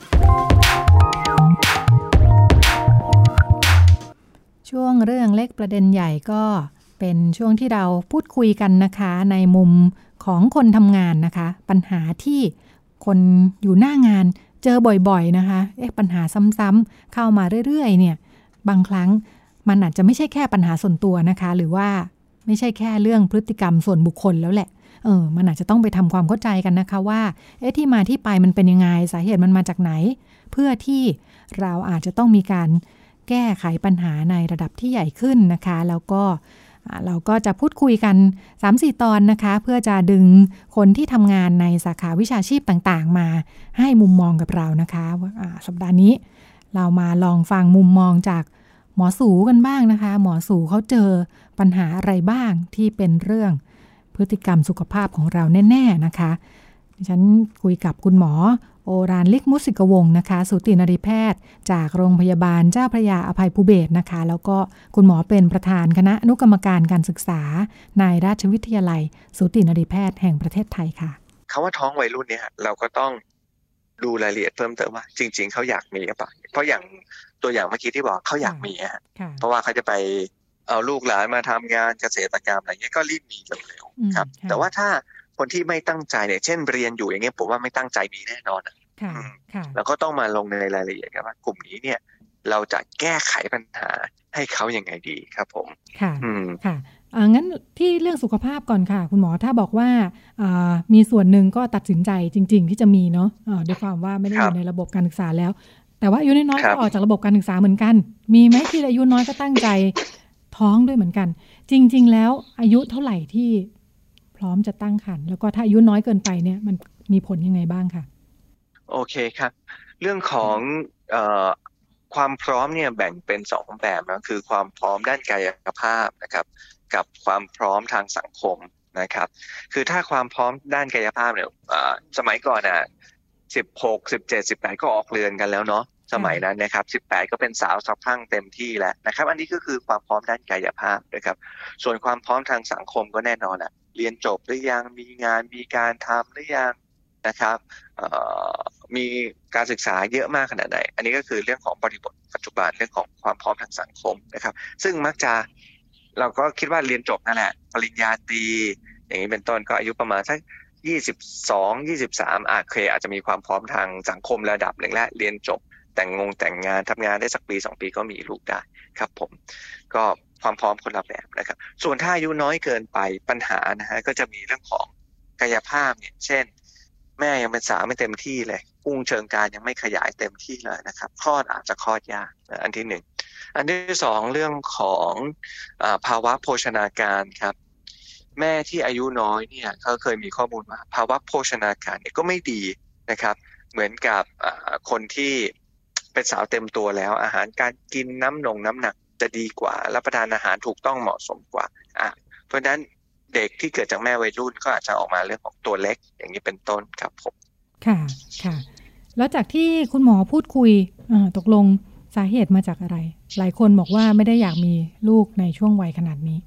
ช่วงเรื่องเล็กประเด็นใหญ่ก็เป็นช่วงที่เราพูดคุยกันนะคะในมุมของคนทำงานนะคะปัญหาที่คนอยู่หน้างานเจอบ่อยๆนะคะเอ๊ะปัญหาซ้ำๆเข้ามาเรื่อยๆเนี่ยบางครั้งมันอาจจะไม่ใช่แค่ปัญหาส่วนตัวนะคะหรือว่าไม่ใช่แค่เรื่องพฤติกรรมส่วนบุคคลแล้วแหละเออมันอาจจะต้องไปทำความเข้าใจกันนะคะว่าเอ๊ะที่มาที่ไปมันเป็นยังไงสาเหตุมันมาจากไหนเพื่อที่เราอาจจะต้องมีการแก้ไขปัญหาในระดับที่ใหญ่ขึ้นนะคะแล้วก็เราก็จะพูดคุยกัน สามสี่ ตอนนะคะเพื่อจะดึงคนที่ทำงานในสาขาวิชาชีพต่างๆมาให้มุมมองกับเรานะคะสัปดาห์นี้เรามาลองฟังมุมมองจากหมอสูกันบ้างนะคะหมอสูเขาเจอปัญหาอะไรบ้างที่เป็นเรื่องพฤติกรรมสุขภาพของเราแน่ๆนะคะดิฉันคุยกับคุณหมอโอรานลิกมุสิกวงศ์นะคะสูตินรีแพทย์จากโรงพยาบาลเจ้าพระยาอภัยภูเบศรนะคะแล้วก็คุณหมอเป็นประธานคณะอนุกรรมการการศึกษาในราชวิทยาลัยสูตินรีแพทย์แห่งประเทศไทยค่ะคำว่าท้องวัยรุ่นเนี่ยเราก็ต้องดูรายละเอียดเพิ่มเติมว่าจริงๆเขาอยากมีหรือเปล่าเพราะอย่างตัวอย่างเมื่อกี้ที่บอกเขาอยากมีฮะเพราะว่าเขาจะไปเอาลูกหลานมาทำงานเกษตรกรรมอะไรเงี้ยก็รีบมีเร็วๆครับแต่ว่าถ้าคนที่ไม่ตั้งใจเนี่ยเช่นเรียนอยู่อย่างเงี้ยผมว่าไม่ตั้งใจมีแน่นอนแล้วก็ต้องมาลงในรายละเอียดกันว่ากลุ่มนี้เนี่ยเราจะแก้ไขปัญหาให้เขาอย่างไงดีครับผมค่ะค่ะงั้นที่เรื่องสุขภาพก่อนค่ะคุณหมอถ้าบอกว่ามีส่วนหนึ่งก็ตัดสินใจจริงๆที่จะมีเนาะด้วยความว่าไม่ได้อยู่ในระบบการศึกษาแล้วแต่ว่าอายุน้อยๆก็ออกจากระบบการศึกษาเหมือนกันมีไหมที่อายุน้อยก็ตั้งใจท้องด้วยเหมือนกันจริงๆแล้วอายุเท่าไหร่ที่พร้อมจะตั้งครรภ์แล้วก็ถ้าอายุน้อยเกินไปเนี่ยมันมีผลยังไงบ้างค่ะโอเคครับเรื่องของเอ่อความพร้อมเนี่ยแบ่งเป็นสองแบบนะคือความพร้อมด้านกายภาพนะครับกับความพร้อมทางสังคมนะครับคือถ้าความพร้อมด้านกายภาพเนี่ยสมัยก่อนอ่ะสิบหก สิบเจ็ด สิบแปดก็ออกเรือนกันแล้วเนาะสมัยนั้นนะครับสิบแปดก็เป็นสาวสะพรั่งเต็มที่แล้วนะครับอันนี้ก็คือความพร้อมด้านกายภาพนะครับส่วนความพร้อมทางสังคมก็แน่นอนอ่ะเรียนจบหรือยังมีงานมีการทำหรือยังนะครับมีการศึกษาเยอะมากขนาดไหนอันนี้ก็คือเรื่องของบริบทปัจจุบันเรื่องของความพร้อมทางสังคมนะครับซึ่งมักจะเราก็คิดว่าเรียนจบนั่นแหละปริญญาตรีอย่างนี้เป็นต้นก็อายุประมาณสักยี่สิบสอง ยี่สิบสามอาจเคยอาจจะมีความพร้อมทางสังคมระดับหนึ่งและเรียนจบแต่งงงแต่งงานทำงานได้สักปีสองปีก็มีลูกได้ครับผมก็ความพร้อมคนละแบบนะครับส่วนถ้าอายุน้อยเกินไปปัญหานะฮะก็จะมีเรื่องของกายภาพเนี่ยเช่นแม่ยังเป็นสาวไม่เต็มที่เลยอุ้งเชิงกรานยังไม่ขยายเต็มที่เลยนะครับคลอดอาจจะคลอดยากอันที่หนึ่งอันที่สองเรื่องของอ่าภาวะโภชนาการครับแม่ที่อายุน้อยเนี่ยเขาเคยมีข้อมูลว่าภาวะโภชนาการเนี่ยก็ไม่ดีนะครับเหมือนกับคนที่เป็นสาวเต็มตัวแล้วอาหารการกินน้ำนงน้ำหนักจะดีกว่ารับประทานอาหารถูกต้องเหมาะสมกว่าอ่ะเพราะฉะนั้นเด็กที่เกิดจากแม่วัยรุ่นก็อาจจะออกมาเรื่องของตัวเล็กอย่างนี้เป็นต้นครับผมค่ะค่ะแล้วจากที่คุณหมอพูดคุยตกลงสาเหตุมาจากอะไรหลายคนบอกว่าไม่ได้อยากมีลูกในช่วงวัยขนาดนี้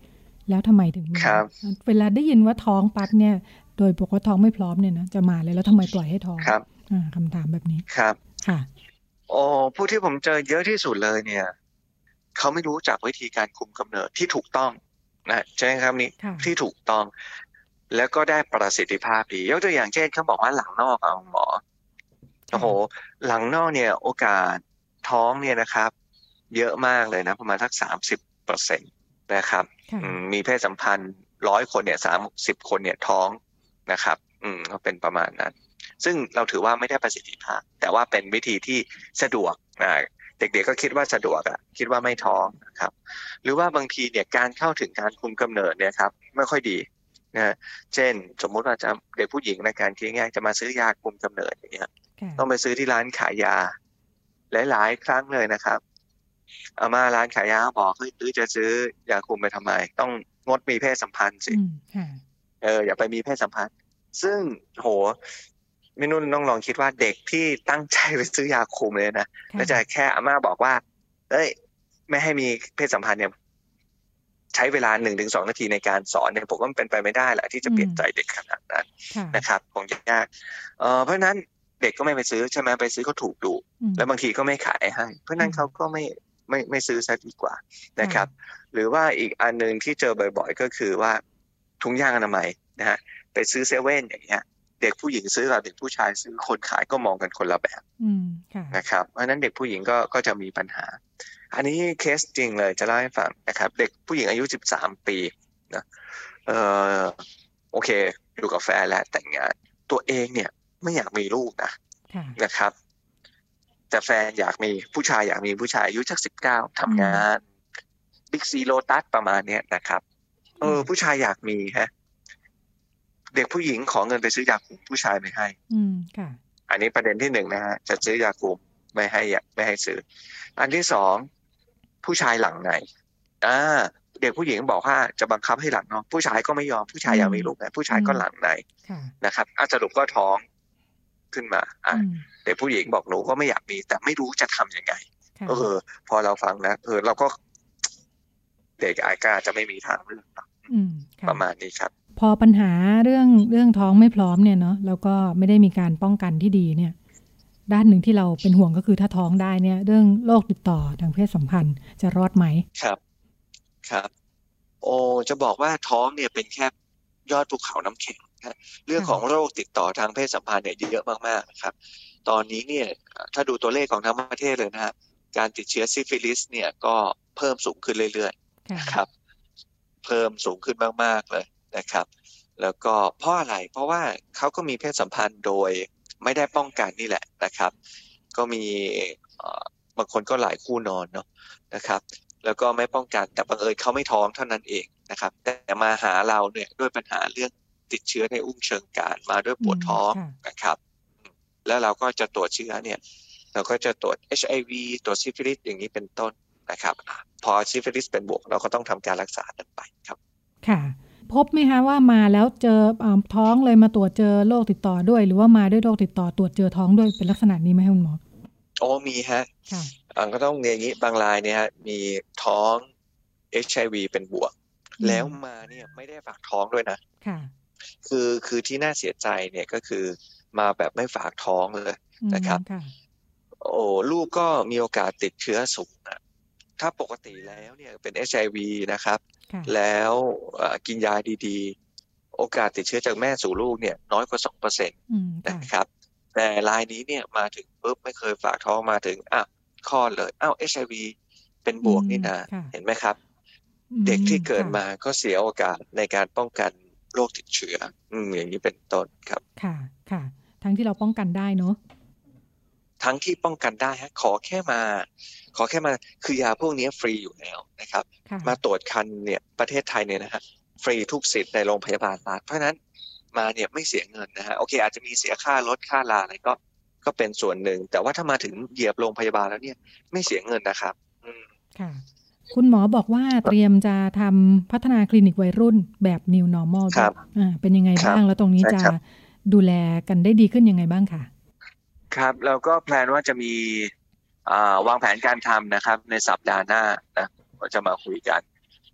แล้วทำไมถึงมีเวลาได้ยินว่าท้องปั๊บเนี่ยโดยปกติท้องไม่พร้อมเนี่ยนะจะมาเลยแล้วทำไมปล่อยให้ท้องครับคำถามแบบนี้ครับค่ะโอ้ผู้ที่ผมเจอเยอะที่สุดเลยเนี่ยเขาไม่รู้จักวิธีการคุมกำเนิดที่ถูกต้องนะใช่ไหมครับนี่ที่ถูกต้องแล้วก็ได้ประสิทธิภาพดียกตัวอย่างเช่นเขาบอกว่าหลังนอกเอาหมอโอ้โหหลังนอกเนี่ยโอกาสท้องเนี่ยนะครับเยอะมากเลยนะประมาณสักสามสิบเปอร์เซ็นต์นะครับมีเพศสัมพันธ์ร้อยคนเนี่ยสามสิบคนเนี่ยท้องนะครับอืมก็เป็นประมาณนั้นซึ่งเราถือว่าไม่ได้ประสิทธิภาพแต่ว่าเป็นวิธีที่สะดวกอ่าเด็กๆก็คิดว่าสะดวกอ่ะคิดว่าไม่ท้องนะครับหรือว่าบางทีเนี่ยการเข้าถึงการคุมกำเนิดเนี่ยครับไม่ค่อยดีนะเช่นสมมุติว่าจะเด็กผู้หญิงในการคิดง่ายจะมาซื้อยาคุมกำเนิดอย่างเงี้ยต้องไปซื้อที่ร้านขายยาหลายๆครั้งเลยนะครับอาม่าร้านขายยาบอกเฮ้ยหรือจะซื้อยาคุมไปทำไมต้องงดมีเพศสัมพันธ์สิเอออย่าไปมีเพศสัมพันธ์ซึ่งโหไม่นุ่นต้องลองคิดว่าเด็กที่ตั้งใจไปซื้อยาคุมเลยนะแล้วจะแค่อาม่าบอกว่าเอ้ยไม่ให้มีเพศสัมพันธ์เนี่ยใช้เวลา หนึ่งถึงสอง นาทีในการสอนเนี่ยผมว่ามันเป็นไปไม่ได้แหละที่จะเปลี่ยนใจเด็กขนาดนั้นนะครับคงจะยากเอ่อเพราะฉะนั้นเด็กก็ไม่ไปซื้อใช่ไหมไปซื้อก็ถูกดุแล้วบางทีก็ไม่ขายให้เพราะนั้นเขาก็ไม่ไม่ไม่ซื้อซะดีกว่านะครับหรือว่าอีกอันนึงที่เจอบ่อยๆก็คือว่าถุงยางอนามัยนะฮะไปซื้อเซเว่นอย่างเงี้ยเด็กผู้หญิงซื้อกับเด็กผู้ชายซื้อคนขายก็มองกันคนละแบบนะครับเพราะฉะนั้นเด็กผู้หญิงก็ก็จะมีปัญหาอันนี้เคสจริงเลยจะเล่าให้ฟังนะครับเด็กผู้หญิงอายุสิบสามปีนะเอ่อโอเคอยู่กับแฟนแล้วแต่งงานตัวเองเนี่ยไม่อยากมีลูกนะนะครับแต่แฟนอยากมีผู้ชายอยากมีผู้ชายอายุสักสิบเก้าทำงานบิ๊กซีโลตัสประมาณนี้นะครับเออผู้ชายอยากมีฮะเด็กผู้หญิงขอเงินไปซื้อยาคุมผู้ชายไม่ให้อืมค่ะอันนี้ประเด็นที่หนึ่งนะฮะจะซื้อยาคุมไม่ให้ไม่ให้ซื้ออันที่สองผู้ชายหลังในอ่าเด็กผู้หญิงบอกว่าจะบังคับให้หลังนอกผู้ชายก็ไม่ยอมผู้ชายอยากมีลูกนะผู้ชายก็หลังในนะครับอ่ะสรุปก็ท้องขึ้นมาอ่ะเด็กผู้หญิงบอกหนูก็ไม่อยากมีแต่ไม่รู้จะทำยังไงเออพอเราฟังนะเออเราก็เด็กอาจจะไม่มีทางเลือกประมาณนี้ครับพอปัญหาเรื่องเรื่องท้องไม่พร้อมเนี่ยเนาะแล้วก็ไม่ได้มีการป้องกันที่ดีเนี่ยด้านหนึ่งที่เราเป็นห่วงก็คือถ้าท้องได้เนี่ยเรื่องโรคติดต่อทางเพศสัมพันธ์จะรอดไหมครับครับโอ้จะบอกว่าท้องเนี่ยเป็นแค่ยอดภูเขาน้ำแข็งเรื่องของโรคติดต่อทางเพศสัมพันธ์เนี่ยเยอะมากๆนะครับตอนนี้เนี่ยถ้าดูตัวเลขของทั้งประเทศเลยนะฮะการติดเชื้อซิฟิลิสเนี่ยก็เพิ่มสูงขึ้นเรื่อยๆนะครับเพิ่มสูงขึ้นมากๆเลยนะครับแล้วก็เพราะอะไรเพราะว่าเขาก็มีเพศสัมพันธ์โดยไม่ได้ป้องกันนี่แหละนะครับก็มีบางคนก็หลายคู่นอนเนาะนะครับแล้วก็ไม่ป้องกันแต่บังเอิญเขาไม่ท้องเท่านั้นเองนะครับแต่มาหาเราเนี่ยด้วยปัญหาเรื่องติดเชื้อในอุ้งเชิงกรานมาด้วยปวดท้องนะครับแล้วเราก็จะตรวจเชื้อเนี่ยเราก็จะตรวจ เอช ไอ วี ตรวจซิฟิลิสอย่างนี้เป็นต้นนะครับพอซิฟิลิสเป็นบวกเราก็ต้องทำการรักษาต่อไปครับค่ะพบไหมคะว่ามาแล้วเจอท้องเลยมาตรวจเจอโรคติดต่อด้วยหรือว่ามาด้วยโรคติดต่อตรวจเจอท้องด้วยเป็นลักษณะนี้ไหมคุณหมอโอ้มีฮะอ่าก็ต้องเรียนอย่างนี้บางรายเนี่ยมีท้อง เอช ไอ วี เป็นบวกแล้วมาเนี่ยไม่ได้ฝากท้องด้วยนะค่ะคือคือที่น่าเสียใจเนี่ยก็คือมาแบบไม่ฝากท้องเลยนะครับโอ้ลูกก็มีโอกาสติดเชื้อสูงนะถ้าปกติแล้วเนี่ยเป็น เอช ไอ วี นะครับแล้วกินยาดีๆโอกาสติดเชื้อจากแม่สู่ลูกเนี่ยน้อยกว่า สองเปอร์เซ็นต์ นะครับแต่รายนี้เนี่ยมาถึงปุ๊บไม่เคยฝากท้องมาถึงอ้าวคลอดเลยอ้าว เอช ไอ วี เป็นบวกนี่นะเห็นไหมครับเด็กที่เกิดมาก็เสียโอกาสในการป้องกันโรคติดเชื้ออืมอย่างนี้เป็นต้นครับค่ะค่ะทั้งที่เราป้องกันได้เนาะทั้งที่ป้องกันได้ฮะขอแค่มาขอแค่มาคือยาพวกนี้ฟรีอยู่แล้วนะครับมาตรวจคันเนี่ยประเทศไทยเนี่ยนะฮะฟรีทุกสิทธิ์ในโรงพยาบาลรัฐเพราะฉะนั้นมาเนี่ยไม่เสียเงินนะฮะโอเคอาจจะมีเสียค่ารถค่าลาอะไรก็ก็เป็นส่วนหนึ่งแต่ว่าถ้ามาถึงเหยียบโรงพยาบาลแล้วเนี่ยไม่เสียเงินนะครับอืมค่ะคุณหมอบอกว่าเตรียมจะทำพัฒนาคลินิกวัยรุ่นแบบ New Normal ครับอ่าเป็นยังไงบ้างแล้วตรงนี้จะดูแลกันได้ดีขึ้นยังไงบ้างค่ะครับเราก็แพลนว่าจะมีวางแผนการทำนะครับในสัปดาห์หน้านะเราจะมาคุยกัน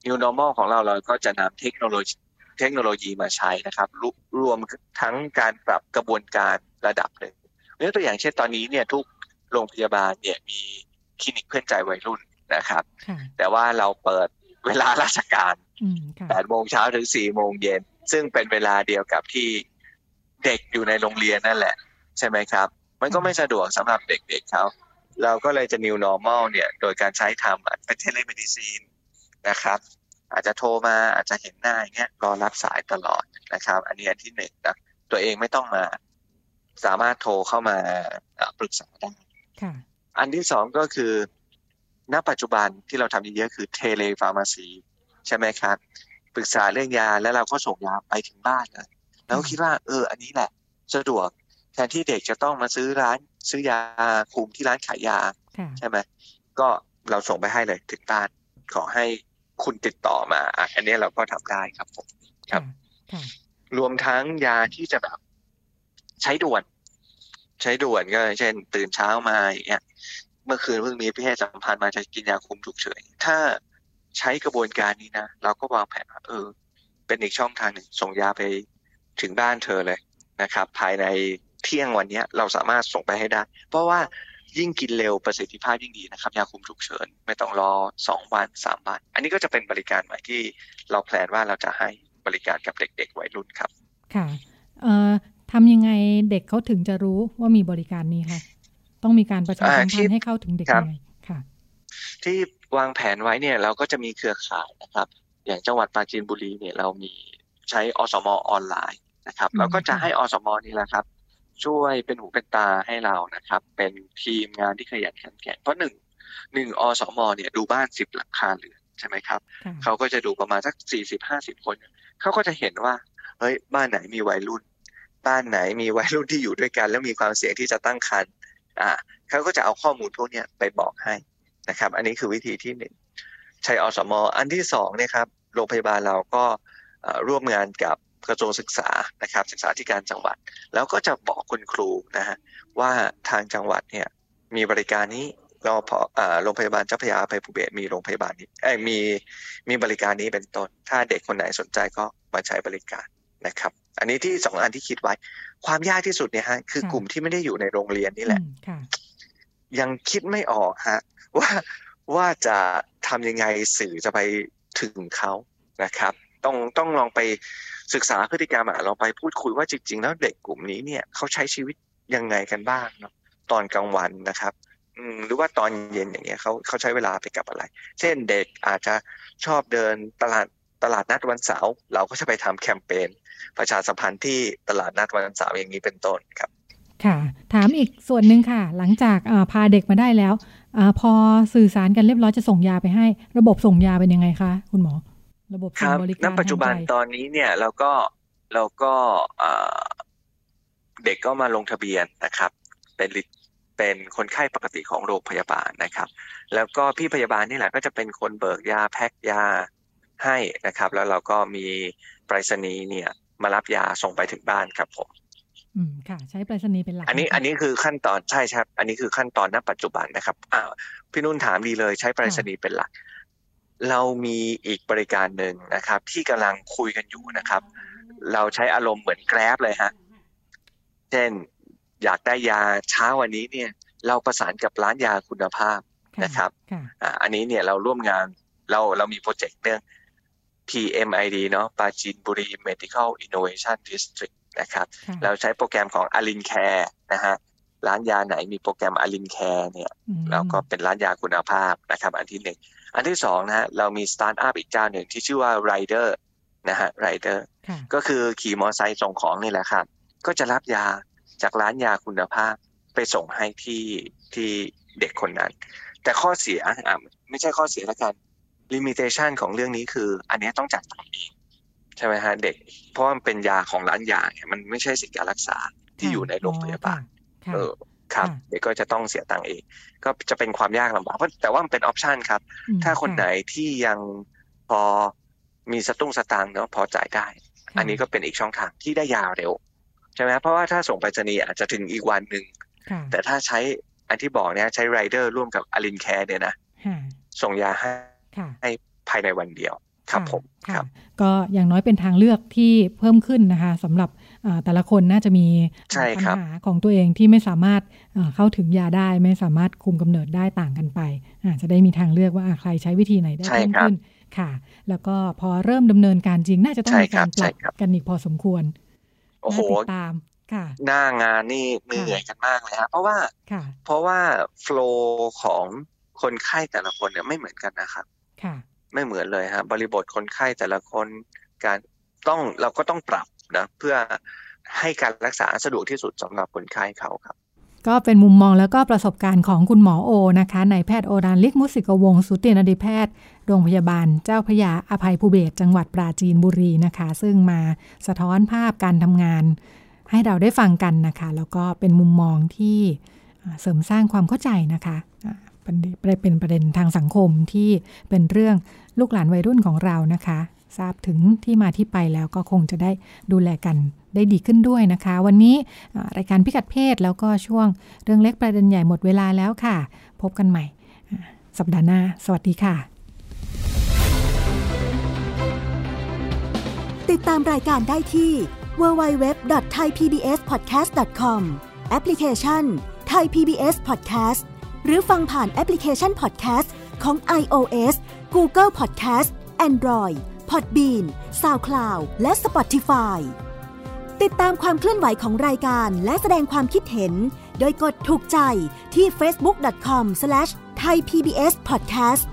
New Normal ของเราเราก็จะนำเทคโนโลยีเทคโนโลยีมาใช้นะครับรวมทั้งการปรับกระบวนการระดับเลยยกตัวอย่างเช่นตอนนี้เนี่ยทุกโรงพยาบาลเนี่ยมีคลินิกเพื่อนใจวัยรุ่นนะครับแต่ว่าเราเปิดเวลาราชการแปดโมงเช้าถึงสี่โมงเย็นซึ่งเป็นเวลาเดียวกับที่เด็กอยู่ในโรงเรียนนั่นแหละใช่ไหมครับมันก็ไม่สะดวกสำหรับเด็กๆเขาเราก็เลยจะ New Normal เนี่ยโดยการใช้ทำเป็น Telemedicine นะครับอาจจะโทรมาอาจจะเห็นหน้าอย่างเงี้ยรอรับสายตลอดนะครับอันนี้อันที่หนึ่งนะตัวเองไม่ต้องมาสามารถโทรเข้ามาปรึกษาได้อันที่สองก็คือณปัจจุบันที่เราทำเยอะๆคือเทเลฟาร์มาซีใช่ไหมครับปรึกษาเรื่องยาแล้วเราก็ส่งยาไปถึงบ้านเลยแล้วคิดว่าเอออันนี้แหละสะดวกแทนที่เด็กจะต้องมาซื้อร้านซื้อยาคุมที่ร้านขายยาใช่ไหมก็เราส่งไปให้เลยถึงบ้านขอให้คุณติดต่อมาอ่ะอันนี้เราก็ทำได้ครับผมครับรวมทั้งยาที่จะแบบใช้ด่วนใช้ด่วนก็เช่นตื่นเช้ามาอย่างเงี้ยเมื่อคืนเพิ่งมีเพศสัมพันธ์มาจะกินยาคุมฉุกเฉินถ้าใช้กระบวนการนี้นะเราก็วางแผนว่าเออเป็นอีกช่องทางหนึ่งส่งยาไปถึงบ้านเธอเลยนะครับภายในเที่ยงวันนี้เราสามารถส่งไปให้ได้เพราะว่ายิ่งกินเร็วประสิทธิภาพยิ่งดีนะครับยาคุมฉุกเฉินไม่ต้องรอสองวันสามวันอันนี้ก็จะเป็นบริการใหม่ที่เราแพลนว่าเราจะให้บริการกับเด็กๆวัยรุ่นครับค่ะเอ่อทำยังไงเด็กเขาถึงจะรู้ว่ามีบริการนี้คะต้องมีการประชาสัมพันธ์ให้เข้าถึงเด็กยังไงค่ะที่วางแผนไว้เนี่ยเราก็จะมีเครือข่ายนะครับอย่างจังหวัดปราจีนบุรีเนี่ยเรามีใช้อสม.ออนไลน์นะครับเราก็จะให้อสม.นี่แหละครับช่วยเป็นหูเป็นตาให้เรานะครับเป็นทีมงานที่ขยันขันแข็งเพราะหนึ่งหนึ่งอสม.เนี่ยดูบ้านสิบหลังคาเรือนใช่ไหมครับเขาก็จะดูประมาณสักสี่สิบห้าสิบคนเขาก็จะเห็นว่าเฮ้ยบ้านไหนมีวัยรุ่นบ้านไหนมีวัยรุ่นที่อยู่ด้วยกันแล้วมีความเสี่ยงที่จะตั้งครรภ์อ่าเขาก็จะเอาข้อมูลพวกนี้ไปบอกให้นะครับอันนี้คือวิธีที่หนึ่งใช้อสม.อันที่สองเนี่ยครับโรงพยาบาลเราก็ร่วมงานกับกระทรวงศึกษานะครับศึกษาธิการจังหวัดแล้วก็จะบอกคุณครูนะฮะว่าทางจังหวัดเนี่ยมีบริการนี้เราพอโรงพยาบาลเจ้าพระยาอภัยภูเบศรมีโรงพยาบาลนี้เอ้ยมีมีบริการนี้เป็นต้นถ้าเด็กคนไหนสนใจก็มาใช้บริการนะครับอันนี้ที่สองอันที่คิดไว้ความยากที่สุดเนี่ยฮะคือกลุ่มที่ไม่ได้อยู่ในโรงเรียนนี่แหละยังคิดไม่ออกฮะว่าว่าจะทำยังไงสื่อจะไปถึงเขานะครับต้องต้องลองไปศึกษาพฤติกรรมลองไปพูดคุยว่าจริงๆแล้วเด็กกลุ่มนี้เนี่ยเขาใช้ชีวิตยังไงกันบ้างเนาะตอนกลางวันนะครับอืมหรือว่าตอนเย็นอย่างเงี้ยเขาเขาใช้เวลาไปกับอะไรเช่นเด็กอาจจะชอบเดินตลาดตลาดนัดวันเสาร์เราก็จะไปทำแคมเปญประชาสัมพันธ์ที่ตลาดนัดวันเสาร์อย่างนี้เป็นต้นครับค่ะถามอีกส่วนหนึ่งค่ะหลังจากพาเด็กมาได้แล้วอพอสื่อสารกันเรียบร้อยจะส่งยาไปให้ระบบส่งยาเป็นยังไงคะคุณหมอระบบส่งบริการณปัจจุบันตอนนี้เนี่ยเราก็เราก็เด็กก็มาลงทะเบียนนะครับเป็นเป็นคนไข้ปกติของโรงพยาบาลนะครับแล้วก็พี่พยาบาลนี่แหละก็จะเป็นคนเบิกยาแพ็คยาให้นะครับแล้วเราก็มีไปรษณีย์เนี่ยมารับยาส่งไปถึงบ้านครับผมอืมค่ะใช้ไปรษณีย์เป็นหลักอันนี้อันนี้คือขั้นตอนใช่ครับอันนี้คือขั้นตอนณปัจจุบันนะครับอ้าวพี่นุ่นถามดีเลยใช้ไปรษณีย์เป็นหลักเรามีอีกบริการหนึ่งนะครับที่กำลังคุยกันอยู่นะครับเราใช้อารมณ์เหมือน Grab เลยฮะเช่นอยากได้ยาเช้าวันนี้เนี่ยเราประสานกับร้านยาคุณภาพนะครับอ่าอันนี้เนี่ยเราร่วมงานเราเรามีโปรเจกต์เรื่อง พี เอ็ม ไอ ดี เนาะปราจีนบุรี Medical Innovation District นะครับเราใช้โปรแกรมของ Alincare นะฮะร้านยาไหนมีโปรแกรม Alincare เนี่ยเราก็เป็นร้านยาคุณภาพนะครับอันที่หนึ่งอันที่สองนะฮะเรามีสตาร์ทอัพอีกเจ้าหนึ่งที่ชื่อว่า Rider นะฮะ Rider ก็คือขี่มอเตอร์ไซค์ส่งของนี่แหละครับก็จะรับยาจากร้านยาคุณภาพไปส่งให้ที่ที่เด็กคนนั้นแต่ข้อเสียอ่ะไม่ใช่ข้อเสียละกัน limitation ของเรื่องนี้คืออันนี้ต้องจ่ายตังค์เองใช่ไหมฮะเด็กเพราะมันเป็นยาของร้านยาเนี่ยมันไม่ใช่สินค้ารักษาที่อยู่ในโรงพยาบาลเออครับเด็กก็จะต้องเสียตังค์เองก็จะเป็นความยากลำบากเพราะแต่ว่ามันเป็นออปชันครับถ้าคนไหนที่ยังพอมีสตุ้งสตางค์เนาะพอจ่ายได้อันนี้ก็เป็นอีกช่องทางที่ได้ยาเร็วใช่ไหมเพราะว่าถ้าส่งไปรษณีย์อาจจะถึงอีกวันหนึ่งแต่ถ้าใช้อันที่บอกเนี่ยใช้ไรเดอร์ร่วมกับ Alincare เนี่ยนะส่งยาให้ให้ภายในวันเดียวครับผมครับก็อย่างน้อยเป็นทางเลือกที่เพิ่มขึ้นนะคะสำหรับแต่ละคนน่าจะมีปัญหาของตัวเองที่ไม่สามารถเข้าถึงยาได้ไม่สามารถคุมกำเนิดได้ต่างกันไปจะได้มีทางเลือกว่าใครใช้วิธีไหนได้เพิ่มขึ้นค่ะแล้วก็พอเริ่มดำเนินการจริงน่าจะต้องมีการปรับกันอีกพอสมควรโอ้โหติดตามค่ะหน้างานนี่เหนื่อยกันมากเลยฮะเพราะว่าเพราะว่าโฟลว์ของคนไข้แต่ละคนเนี่ยไม่เหมือนกันนะครับค่ะไม่เหมือนเลยฮะบริบทคนไข้แต่ละคนการต้องเราก็ต้องปรับนะเพื่อให้การรักษาสะดวกที่สุดสำหรับคนไข้เขาครับก็เป็นมุมมองแล้วก็ประสบการณ์ของคุณหมอโอนะคะนายแพทย์โอรานลิกมุสิกวงศ์สูตินรีแพทย์โรงพยาบาลเจ้าพระยาอภัยภูเบศรจังหวัดปราจีนบุรีนะคะซึ่งมาสะท้อนภาพการทำงานให้เราได้ฟังกันนะคะแล้วก็เป็นมุมมองที่เสริมสร้างความเข้าใจนะคะเป็นประเด็นทางสังคมที่เป็นเรื่องลูกหลานวัยรุ่นของเรานะคะทราบถึงที่มาที่ไปแล้วก็คงจะได้ดูแลกันได้ดีขึ้นด้วยนะคะวันนี้รายการพิกัดเพศแล้วก็ช่วงเรื่องเล็กประเด็นใหญ่หมดเวลาแล้วค่ะพบกันใหม่สัปดาห์หน้าสวัสดีค่ะติดตามรายการได้ที่ ดับเบิลยู ดับเบิลยู ดับเบิลยู ดอท ไทย พี บี เอส พอดแคสต์ ดอท คอม แอปพลิเคชัน Thai พี บี เอส Podcast หรือฟังผ่านแอปพลิเคชัน Podcast ของ iOS Google Podcast Android Podbean SoundCloud และ Spotify ติดตามความเคลื่อนไหวของรายการและแสดงความคิดเห็นโดยกดถูกใจที่ เฟซบุ๊ก ดอท คอม สแลช ไทย พี บี เอส พอดแคสต์